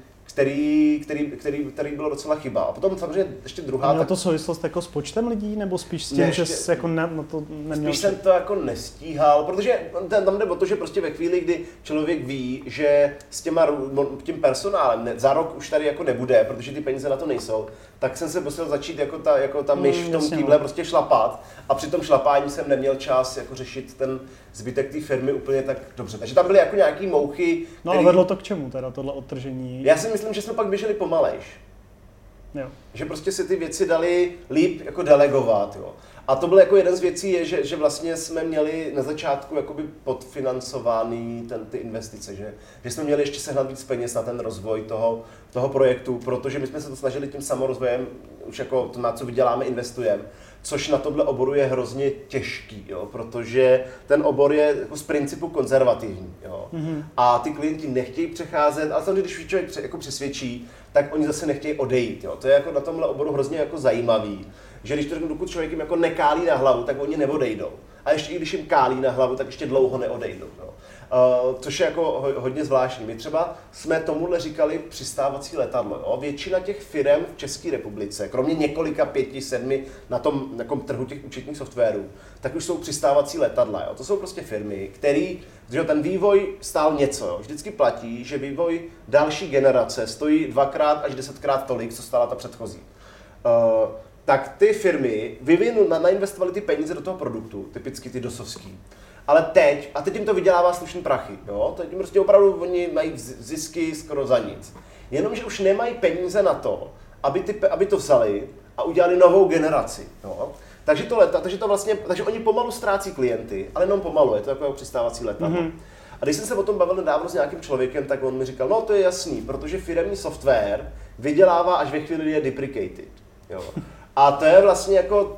který bylo docela chyba. A potom samozřejmě ještě druhá... Mělo to souvislost jako s počtem lidí, nebo spíš s tím, že jsi jako na to neměl... Spíš jsem to jako nestíhal, protože tam jde o to, že prostě ve chvíli, kdy člověk ví, že s tím personálem za rok už tady jako nebude, protože ty peníze na to nejsou, tak jsem se musel začít jako ta myš v tom týmhle prostě šlapat a při tom šlapání jsem neměl čas jako řešit ten zbytek té firmy úplně tak dobře. Takže tam byly jako nějaký mouchy, No a vedlo to k čemu teda tohle odtržení? Já si myslím, že jsme pak běželi pomalejš. Jo. Že prostě si ty věci dali líp jako delegovat. Jo. A to byl jako jeden z věcí, je, že vlastně jsme měli na začátku jakoby podfinancovaný ty investice, že jsme měli ještě sehnat víc peněz na ten rozvoj toho projektu, protože my jsme se to snažili tím samorozvojem, už jako to, na co vyděláme, investujeme, což na tomhle oboru je hrozně těžký, jo, protože ten obor je jako z principu konzervativní. Jo. Mm-hmm. A ty klienti nechtějí přecházet, ale samozřejmě, když člověk jako přesvědčí, tak oni zase nechtějí odejít. Jo. To je jako na tomhle oboru hrozně jako zajímavý, že když to řeknu, dokud člověk jim jako nekálí na hlavu, tak oni neodejdou. A ještě i když jim kálí na hlavu, tak ještě dlouho neodejdou. Jo. Což je jako hodně zvláštní. My třeba jsme tomuhle říkali přistávací letadlo. Jo. Většina těch firem v České republice, kromě několika 5, 7 na tom trhu těch účetních softwarů, tak už jsou přistávací letadla. Jo. To jsou prostě firmy, že ten vývoj stál něco. Jo. Vždycky platí, že vývoj další generace stojí 2x až 10x tolik, co stála ta předchozí. Tak ty firmy nainvestovaly ty peníze do toho produktu, typicky ty dosovský. Ale teď jim to vydělává slušný prachy, jo? Teď jim prostě opravdu oni mají zisky skoro za nic. Jenomže už nemají peníze na to, aby to vzali a udělali novou generaci, jo? Takže oni pomalu ztrácí klienty, ale jenom pomalu, je to jako přistávací letadlo. Mm-hmm. A když jsem se o tom bavil nedávno s nějakým člověkem, tak on mi říkal, no to je jasný, protože firemní software vydělává až ve chvíli, kdy je deprecated, jo? A to je vlastně jako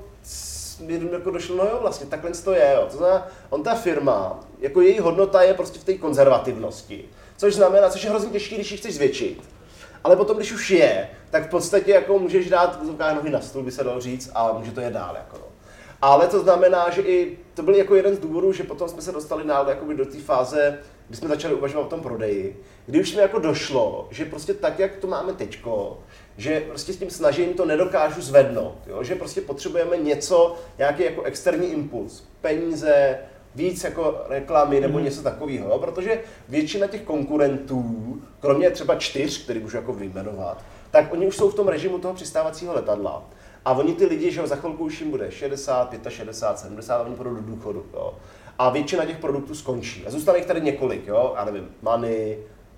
došlo, no jo, vlastně takhle to je, jo. To znamená, ta firma, jako její hodnota je prostě v té konzervativnosti, což je hrozně těžké, když ji chceš zvětšit. Ale potom, když už je, tak v podstatě jako můžeš dát nohy na stůl, by se dalo říct, a může to jet dál. Jako no. Ale to znamená, že i to byl jako jeden z důvodů, že potom jsme se dostali do té fáze, kdy jsme začali uvažovat o tom prodeji, kdy už mi jako došlo, že prostě tak, jak to máme teďko, že prostě s tím snažením to nedokážu zvednout, jo? Že prostě potřebujeme nějaký jako externí impuls, peníze, víc jako reklamy nebo něco takového, protože většina těch konkurentů, kromě třeba 4, který můžu jako vyjmenovat, tak oni už jsou v tom režimu toho přistávacího letadla. A oni ty lidi, že za chvilku už jim bude 60, 65, 70 a oni půjdou do důchodu. Jo? A většina těch produktů skončí. A zůstane jich tady několik, jo? Já nevím, Money,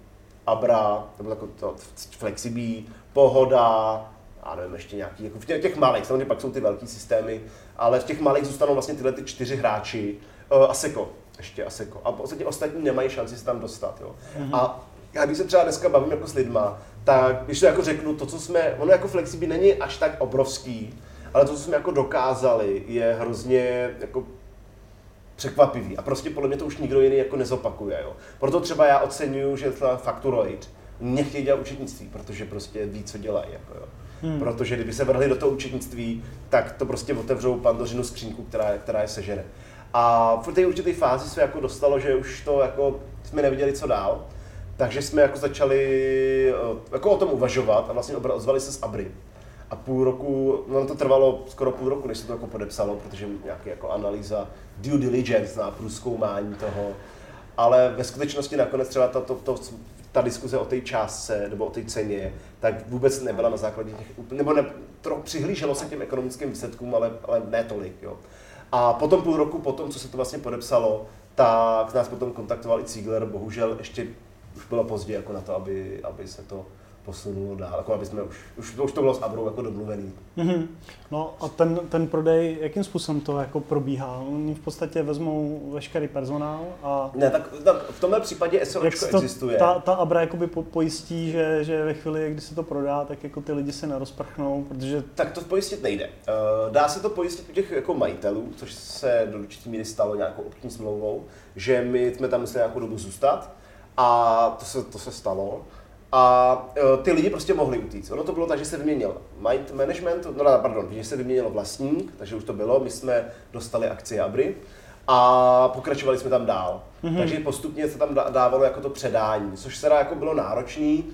Abra, nebo jako to Flexibí, Pohoda, a nevím, ještě nějaký, jako v těch malých, samozřejmě pak jsou ty velký systémy, ale v těch malých zůstanou vlastně tyhle ty 4 hráči, Asseco, ještě Asseco. A vlastně ostatní nemají šanci se tam dostat, jo. Mm-hmm. A já když se třeba dneska bavím jako s lidma, tak když to jako řeknu, to, co jsme, ono jako Flexibí není až tak obrovský, ale to, co jsme jako dokázali, je hrozně jako překvapivý. A prostě podle mě to už nikdo jiný jako nezopakuje, jo. Proto třeba já oceňuju, že Facturoid nechtějí dělat účetnictví, protože prostě ví, co dělají, jako jo. Protože kdyby se vrhli do toho účetnictví, tak to prostě otevřou Pandořinu skřínku, která je sežere. A v té určité fázi se jako dostalo, že už to jako jsme nevěděli, co dál, takže jsme jako začali jako o tom uvažovat a vlastně ozvali se s Abry. A půl roku, no to trvalo skoro půl roku, než se to jako podepsalo, protože nějaký jako analýza, due diligence na průzkoumání toho, ale ve skutečnosti nakonec třeba ta diskuze o té částce nebo o té ceně, tak vůbec nebyla na základě těch, nebo přihlíželo se těm ekonomickým výsledkům, ale ne tolik, jo. A potom půl roku potom, co se to vlastně podepsalo, tak nás potom kontaktoval i Ziegler, bohužel ještě už bylo pozdě jako na to, aby se to posunulo dál, jako aby jsme už to bylo s Abrou jako domluvený. Mm-hmm. No a ten prodej, jakým způsobem to jako probíhá? Oni v podstatě vezmou veškerý personál a... Ne, tak v tomhle případě SROčko existuje. Ta Abra jakoby pojistí, že ve chvíli, kdy se to prodá, tak jako ty lidi se nerozprchnou, protože... Tak to pojistit nejde. Dá se to pojistit u těch jako majitelů, což se do určitý míry stalo nějakou obchodní smlouvou, že my jsme tam museli nějakou dobu zůstat a to se stalo. A ty lidi prostě mohli utíct. Ono to bylo tak, že se vyměnil management, že se vyměnil vlastník, takže už to bylo, my jsme dostali akcie Abry a pokračovali jsme tam dál. Mm-hmm. Takže postupně se tam dávalo jako to předání, což se jako bylo náročný,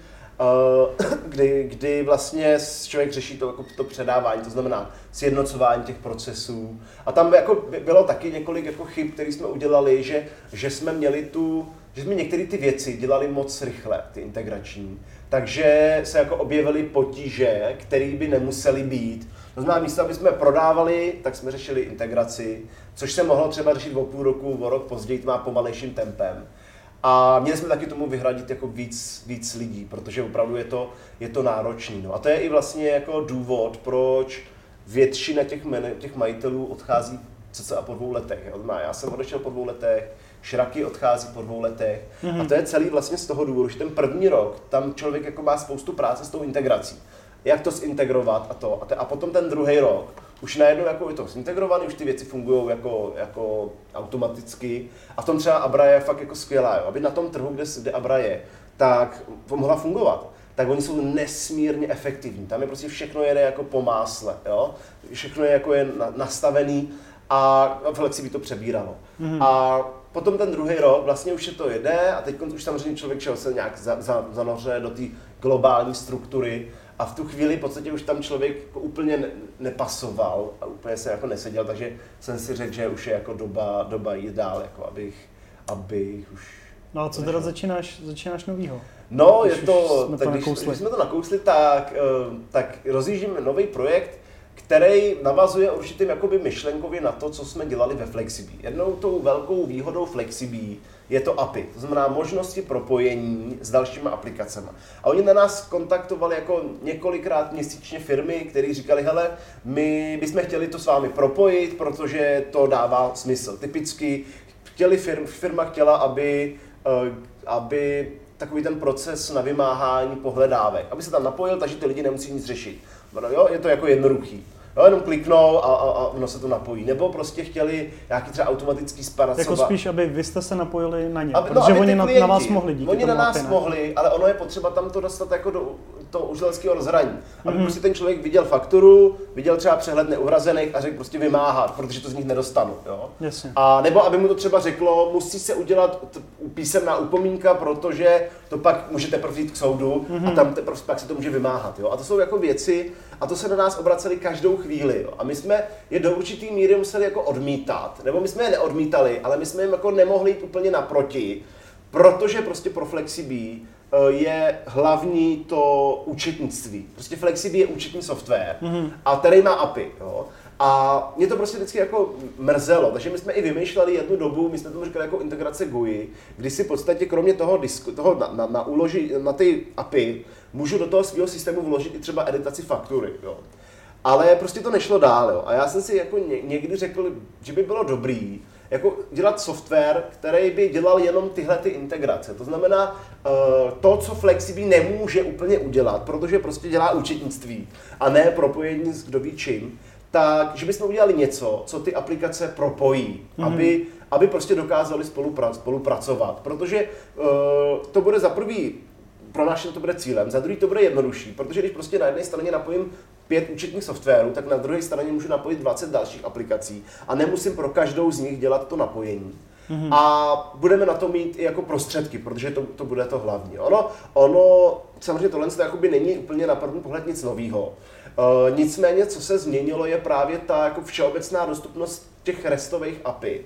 kdy vlastně člověk řeší to předávání, to znamená sjednocování těch procesů. A tam jako bylo taky několik jako chyb, které jsme udělali, že jsme některé ty věci dělali moc rychle, ty integrační. Takže se jako objevily potíže, které by nemusely být. To znamená, místo, aby jsme prodávali, tak jsme řešili integraci, což se mohlo třeba řešit o půl roku, o rok později, má pomalejším tempem. A měli jsme taky tomu vyhradit jako víc lidí, protože opravdu je to náročný. No. A to je i vlastně jako důvod, proč většina těch majitelů odchází cca po 2 letech. Já jsem odešel po 2 letech, Šraky odchází po 2 letech. Mm-hmm. A to je celý vlastně z toho důvodu, že ten první rok tam člověk jako má spoustu práce s tou integrací. Jak to zintegrovat a potom ten druhý rok už najednou jako je to zintegrovaný, už ty věci fungují jako automaticky. A v tom třeba Abra je fakt jako skvělá, jo. Aby na tom trhu, kde Abra je, tak mohla fungovat. Tak oni jsou nesmírně efektivní. Tam je prostě všechno jede jako po másle, jo. Všechno je jako nastavený a Flexibit to přebíralo. Mm-hmm. A potom ten druhý rok vlastně už je to jede a teď už samozřejmě člověk se nějak zanoře do té globální struktury a v tu chvíli v podstatě už tam člověk jako úplně nepasoval a úplně se jako neseděl, takže jsem si řekl, že už je jako doba jít dál, jako abych už... No a co teda začínáš novýho? No, když jsme to nakousli, tak rozjíždíme nový projekt, který navazuje určitým jakoby myšlenkově na to, co jsme dělali ve Flexibit. Jednou tou velkou výhodou Flexibit je to API, to znamená možnosti propojení s dalšíma aplikacemi. A oni na nás kontaktovali jako několikrát měsíčně firmy, které říkali, hele, my bychom chtěli to s vámi propojit, protože to dává smysl. Typicky firma chtěla, aby takový ten proces na vymáhání pohledávek, aby se tam napojil, takže ty lidi nemusí nic řešit. Jo, je to jako jednoduchý. Jo, jenom kliknou a ono se to napojí. Nebo prostě chtěli nějaký třeba automatický zpracovat. Jako spíš, aby vy jste se napojili na ně, protože oni na vás mohli díky Oni tomu na nás mohli, ale ono je potřeba tam to dostat jako do toho uživatelského rozhraní. Aby prostě ten člověk viděl fakturu, viděl třeba přehled neuhrazených a řekl prostě vymáhat, protože to z nich nedostanu. Jo? Jasně. A nebo aby mu to třeba řeklo, musí se udělat písemná upomínka, protože to pak můžete jít k soudu a tam pak se to může vymáhat. Jo? A to jsou jako věci, a to se na nás obraceli každou chvíli. Jo? A my jsme je do určitý míry museli jako odmítat. Nebo my jsme je neodmítali, ale my jsme jim jako nemohli jít úplně naproti, protože prostě pro Flexibit je hlavní to účetnictví. Prostě Flexibit je účetní software, a který má API. Jo? A mě to prostě vždycky jako mrzelo, takže my jsme i vymýšleli jednu dobu, my jsme tomu říkali jako integrace GUI, kdy si v podstatě kromě toho na ty API můžu do toho svého systému vložit i třeba editaci faktury. Jo? Ale prostě to nešlo dál. Jo? A já jsem si jako někdy řekl, že by bylo dobrý jako dělat software, který by dělal jenom tyhle ty integrace. To znamená to, co Flexibit nemůže úplně udělat, protože prostě dělá účetnictví a ne propojení s kdo ví čím, tak, že bychom udělali něco, co ty aplikace propojí, aby prostě dokázali spolupracovat. Protože to bude za prvý, pro nás to bude cílem, za druhý to bude jednodušší, protože když prostě na jedné straně napojím 5 účetních softwarů, tak na druhé straně můžu napojit 20 dalších aplikací a nemusím pro každou z nich dělat to napojení. A budeme na to mít i jako prostředky, protože to bude to hlavní. Ono samozřejmě tohle není úplně na první pohled nic novýho. Nicméně, co se změnilo, je právě ta jako všeobecná dostupnost těch restových API.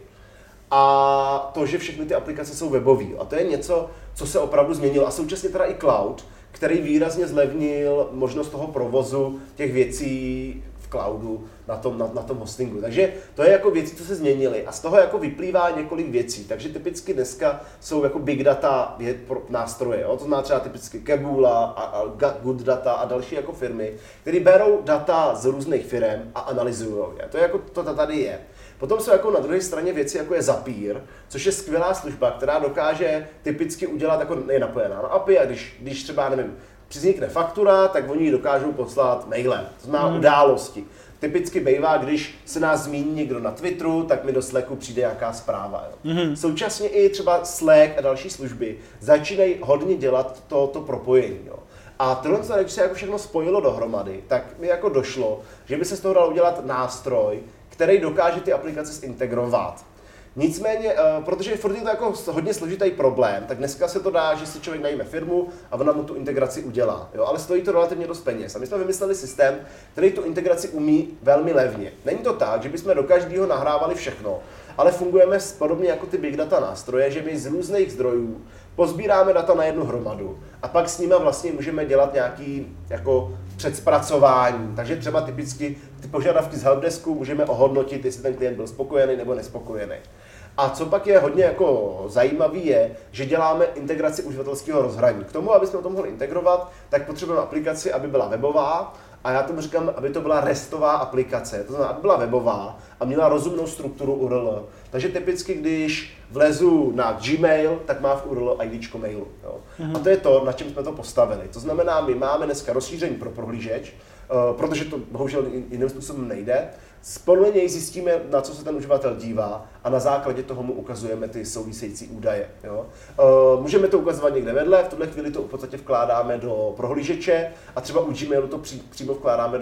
A to, že všechny ty aplikace jsou webové. A to je něco, co se opravdu změnilo. A současně teda i cloud, který výrazně zlevnil možnost toho provozu těch věcí v cloudu, na tom hostingu. Takže to je jako věci, co se změnily a z toho jako vyplývá několik věcí. Takže typicky dneska jsou jako big data nástroje, jo? To znamená třeba typicky Kebula a Good Data a další jako firmy, které berou data z různých firm a analyzují je. To je jako to tady je. Potom jsou jako na druhé straně věci, jako je Zapier, což je skvělá služba, která dokáže typicky udělat, jako je napojená na API a když třeba, nevím, vznikne faktura, tak oni ji dokážou poslat mailem, to znamená události. Typicky bývá, když se nás zmíní někdo na Twitteru, tak mi do Slacku přijde nějaká zpráva. Jo. Současně i třeba Slack a další služby začínají hodně dělat to propojení. Jo. A tohle, když se jako všechno spojilo dohromady, tak mi jako došlo, že by se z toho dal udělat nástroj, který dokáže ty aplikace zintegrovat. Nicméně, protože furt je to jako hodně složitý problém, tak dneska se to dá, že si člověk najme firmu a ona mu tu integraci udělá. Jo? Ale stojí to relativně dost peněz. A my jsme vymysleli systém, který tu integraci umí velmi levně. Není to tak, že bychom do každého nahrávali všechno, ale fungujeme podobně jako ty big data nástroje, že my z různých zdrojů pozbíráme data na jednu hromadu a pak s nimi vlastně můžeme dělat nějaký jako předzpracování. Takže třeba typicky ty požadavky z helpdesku můžeme ohodnotit, jestli ten klient byl spokojený nebo nespokojený. A co pak je hodně jako zajímavý je, že děláme integraci uživatelského rozhraní. K tomu, aby jsme to mohli integrovat, tak potřebujeme aplikaci, aby byla webová, a já tomu říkám, aby to byla restová aplikace, to znamená, aby byla webová a měla rozumnou strukturu URL. Takže typicky, když vlezu na Gmail, tak má v URL IDčko mailu. Jo. A to je to, na čem jsme to postavili. To znamená, my máme dneska rozšíření pro prohlížeč, protože to bohužel jiným způsobem nejde. Podle něj zjistíme, na co se ten uživatel dívá a na základě toho mu ukazujeme ty související údaje. Jo. Můžeme to ukazovat někde vedle, v tuhle chvíli to v podstatě vkládáme do prohlížeče a třeba u Gmailu to přímo vkládáme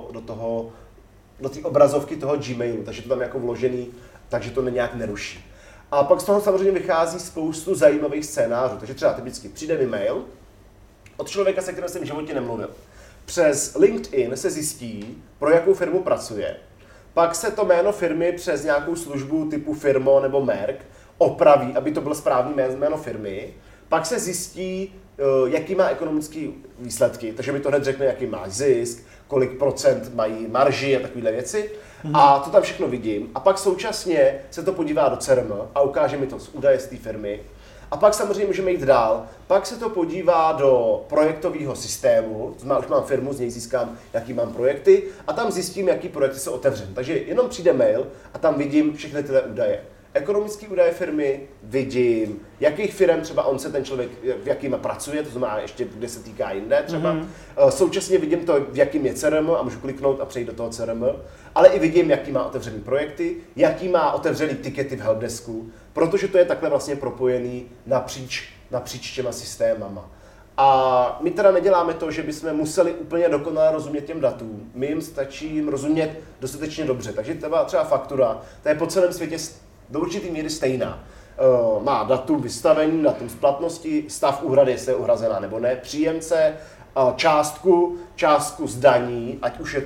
do té obrazovky toho Gmailu, takže to tam je jako vložený, takže to nějak neruší. A pak z toho samozřejmě vychází spoustu zajímavých scénářů, takže třeba typicky přijde mi mail od člověka, se kterým jsem v životě nemluvil. Přes LinkedIn se zjistí, pro jakou firmu pracuje. Pak se to jméno firmy přes nějakou službu typu Firmo nebo Merck opraví, aby to bylo správný jméno firmy. Pak se zjistí, jaký má ekonomické výsledky, takže mi to hned řekne, jaký má zisk, kolik procent mají marži a takovéhle věci. A to tam všechno vidím. A pak současně se to podívá do CRM a ukáže mi to z údaje z té firmy. A pak samozřejmě můžeme jít dál. Pak se to podívá do projektového systému, to znamená, už mám firmu, z něj získám, jaký mám projekty a tam zjistím, jaký projekty jsou otevřené. Takže jenom přijde mail a tam vidím všechny tyhle údaje. Ekonomické údaje firmy, vidím, jakých firm třeba ten člověk, v jakýma pracuje, to znamená ještě, kde se týká jinde třeba. Současně vidím to, v jakým je CRM a můžu kliknout a přejít do toho CRM, ale i vidím, jaký má otevřený projekty, jaký má otevřený tikety v helpdesku, protože to je takhle vlastně propojený napříč těma systémama. A my teda neděláme to, že bychom museli úplně dokonale rozumět těm datům. My jim stačí rozumět dostatečně dobře. Takže třeba faktura, to je po celém světě do určitý míry stejná. Má datum vystavení, datum splatnosti, stav úhrady, jestli je uhrazená nebo ne, příjemce, částku zdaní, ať už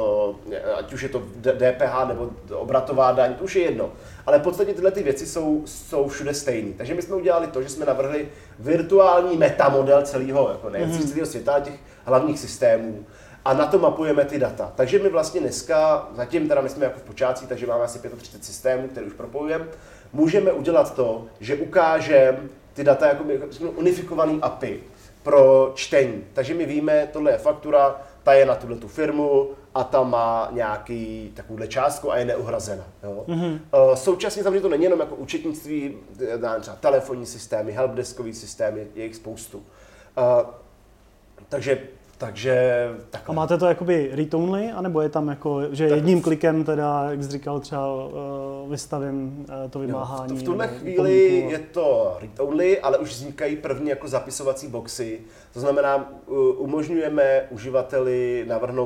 je to DPH nebo obratová daň, to už je jedno. Ale v podstatě tyhle ty věci jsou všude stejné. Takže my jsme udělali to, že jsme navrhli virtuální metamodel celého světa, těch hlavních systémů. A na to mapujeme ty data. Takže my vlastně dneska, zatím teda my jsme jako v počátcích, takže máme asi 35 systémů, které už propojujeme, můžeme udělat to, že ukážeme ty data jako unifikovaný API pro čtení. Takže my víme, tohle je faktura, ta je na tu firmu a ta má nějaký takovouhle částku a je neuhrazena. Jo? Současně samozřejmě to není jenom jako účetnictví, třeba telefonní systémy, helpdeskový systémy, je jich spoustu. Takže takhle. A máte to jakoby read-only, anebo je tam jako, že jedním klikem teda, jak jsi říkal, třeba vystavím to vymáhání? V tuhle chvíli je to read-only, ale už vznikají první jako zapisovací boxy. To znamená, umožňujeme uživateli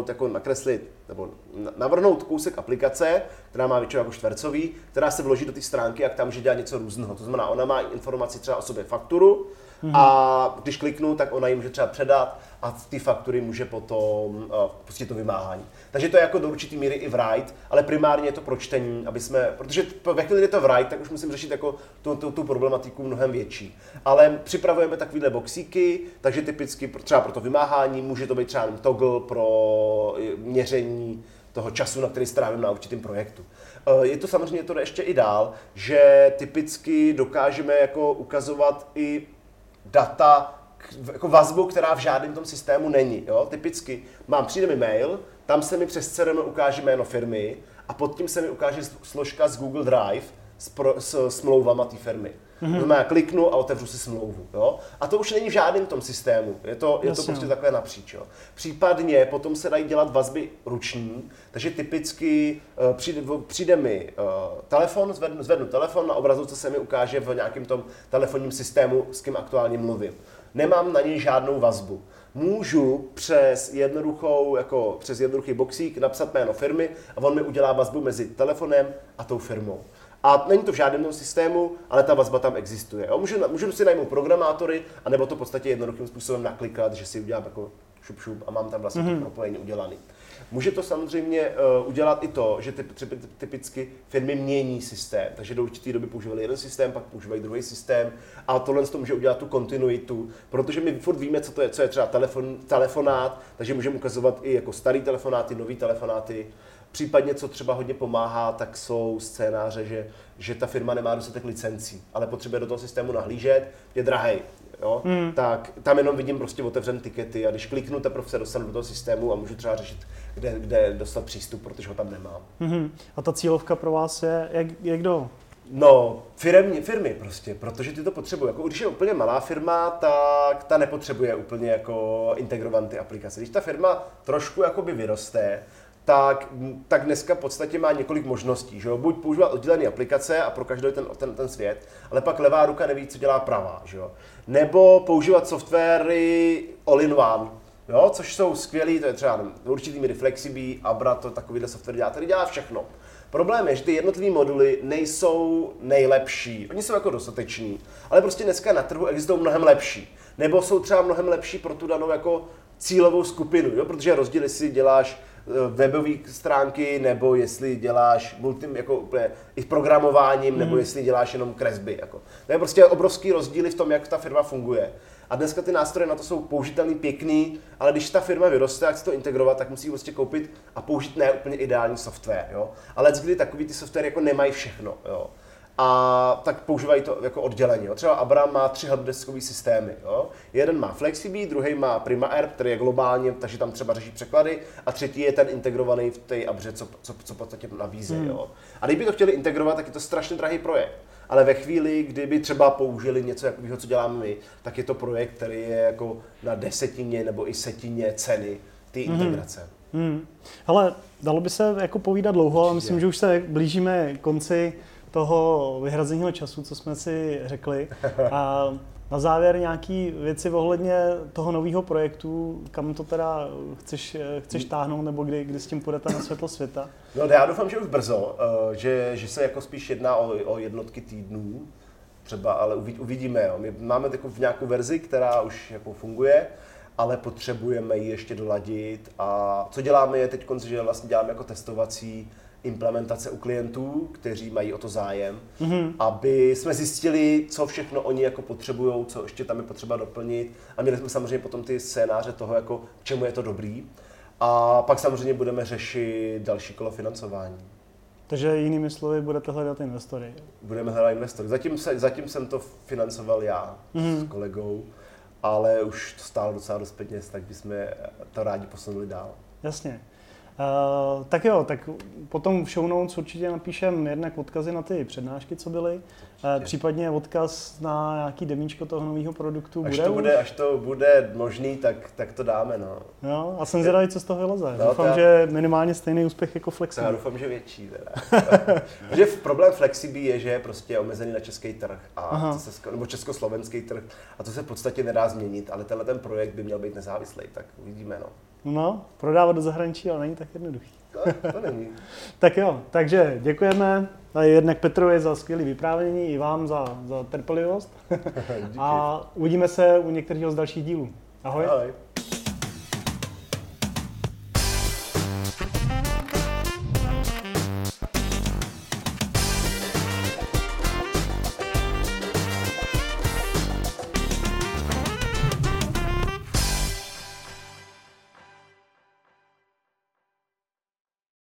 navrhnout kousek aplikace, která má většinou jako čtvercový, která se vloží do té stránky a tam může dělat něco různého. To znamená, ona má informaci třeba o sobě fakturu, a když kliknu, tak ona ji může třeba předat a z té faktury může potom pustit to vymáhání. Takže to je jako do určitý míry i write, ale primárně je to pro čtení, protože ve chvíli, kdy je to write, tak už musím řešit jako tu problematiku mnohem větší. Ale připravujeme takovýhle boxíky, takže typicky třeba pro to vymáhání může to být třeba toggle pro měření toho času, na který strávím na určitém projektu. Je to samozřejmě, to jde ještě i dál, že typicky dokážeme jako ukazovat i data, jako vazbu, která v žádném tom systému není. Jo? Typicky přijde mi mail, tam se mi přes CRM ukáže jméno firmy a pod tím se mi ukáže složka z Google Drive s smlouvama té firmy. Já kliknu a otevřu si smlouvu. Jo? A to už není v žádném tom systému. Je to prostě takhle napříč. Jo? Případně potom se dají dělat vazby ruční, takže typicky přijde mi telefon, zvednu telefon, na obrazovce se mi ukáže v nějakém tom telefonním systému, s kým aktuálně mluvím. Nemám na něj žádnou vazbu. Můžu přes jednoduchý boxík napsat jméno firmy a on mi udělá vazbu mezi telefonem a tou firmou. A není to v žádném systému, ale ta vazba tam existuje. Jo? Můžu si najmout programátory, anebo to v podstatě jednoduchým způsobem naklikat, že si udělám jako šup a mám tam vlastně to propojení udělaný. Může to samozřejmě udělat i to, že typicky firmy mění systém, takže do určité doby používali jeden systém, pak používají druhý systém a tohle to může udělat tu kontinuitu, protože my furt víme, co je třeba telefonát, takže můžeme ukazovat i jako starý telefonáty, nový telefonáty. Případně, co třeba hodně pomáhá, tak jsou scénáře, že ta firma nemá dostatek licencí, ale potřebuje do toho systému nahlížet, je drahej. Jo? Tak tam jenom vidím prostě otevřené tikety a když kliknu, teprve se dostanu do toho systému a můžu třeba řešit, kde dostat přístup, protože ho tam nemám. A ta cílovka pro vás je jak kdo? No, firmy prostě, protože ty to potřebují. Jako, když je úplně malá firma, tak ta nepotřebuje úplně jako integrované ty aplikace. Když ta firma trošku jakoby vyroste, tak dneska v podstatě má několik možností. Že jo? Buď používat oddělené aplikace a pro každý ten svět, ale pak levá ruka neví, co dělá pravá. Že jo? Nebo používat softwary all-in-one, jo? Což jsou skvělý, to je třeba určitý míry Flexibí, Abra, to takovýhle software dělá, který dělá všechno. Problém je, že ty jednotlivé moduly nejsou nejlepší, oni jsou jako dostateční, ale prostě dneska na trhu existují mnohem lepší. Nebo jsou třeba mnohem lepší pro tu danou jako cílovou skupinu, jo? Protože rozdíl, jestli děláš webové stránky, nebo jestli děláš jako úplně i programováním, nebo jestli děláš jenom kresby. Jako. To je prostě obrovský rozdíly v tom, jak ta firma funguje. A dneska ty nástroje na to jsou použitelný, pěkný, ale když ta firma vyroste a chce to integrovat, tak musí prostě koupit a použít ne úplně ideální software. Jo? Ale kdy takový ty software jako nemají všechno. Jo? A tak používají to jako odděleně. Jo. Třeba Abra má 3 helpdeskové systémy. Jo. Jeden má Flexibí, druhý má PrimaAir, který je globálně, takže tam třeba řeší překlady, a třetí je ten integrovaný v té Abře, co v podstatě nabízí. Jo. A kdyby to chtěli integrovat, tak je to strašně drahý projekt. Ale ve chvíli, kdyby třeba použili něco takového, co děláme my, tak je to projekt, který je jako na 10 nebo i 100 ceny ty integrace. Hele, dalo by se jako povídat dlouho, ale myslím, že už se blížíme konci toho vyhrazeného času, co jsme si řekli. A na závěr nějaký věci ohledně toho nového projektu, kam to teda chceš táhnout, nebo kdy s tím půjdete na světlo světa? No, já doufám, že už brzo, že se jako spíš jedná o jednotky týdnů, třeba, ale uvidíme. Jo. My máme takovou nějakou verzi, která už jako funguje, ale potřebujeme ji ještě doladit. A co děláme je teď, že vlastně děláme jako testovací implementace u klientů, kteří mají o to zájem, aby jsme zjistili, co všechno oni jako potřebujou, co ještě tam je potřeba doplnit, a měli jsme samozřejmě potom ty scénáře toho, jako k čemu je to dobrý, a pak samozřejmě budeme řešit další kolo financování. Takže jinými slovy budete hledat investory. Budeme hledat investory. Zatím jsem to financoval já s kolegou, ale už to stálo docela dost peněz, tak bychom to rádi posunuli dál. Jasně. Tak jo, tak potom v show notes určitě napíšem jednak odkazy na ty přednášky, co byly, případně odkaz na nějaký demíčko toho nového produktu. Až to bude možný, tak to dáme, no. Jo, a jsem zvědavý, co z toho vyleze. Doufám, že minimálně stejný úspěch jako Flexibí. Já doufám, že větší teda. Protože problém Flexibí je, že je prostě omezený na český trh, nebo československý trh, a to se v podstatě nedá změnit, ale ten projekt by měl být nezávislý, tak uvidíme, no. No, prodávat do zahraničí, ale není tak jednoduchý. To není. Tak jo, takže děkujeme jednak Petrovi za skvělé vyprávění, i vám za trpělivost. A uvidíme se u některého z dalších dílů. Ahoj. Ahoj.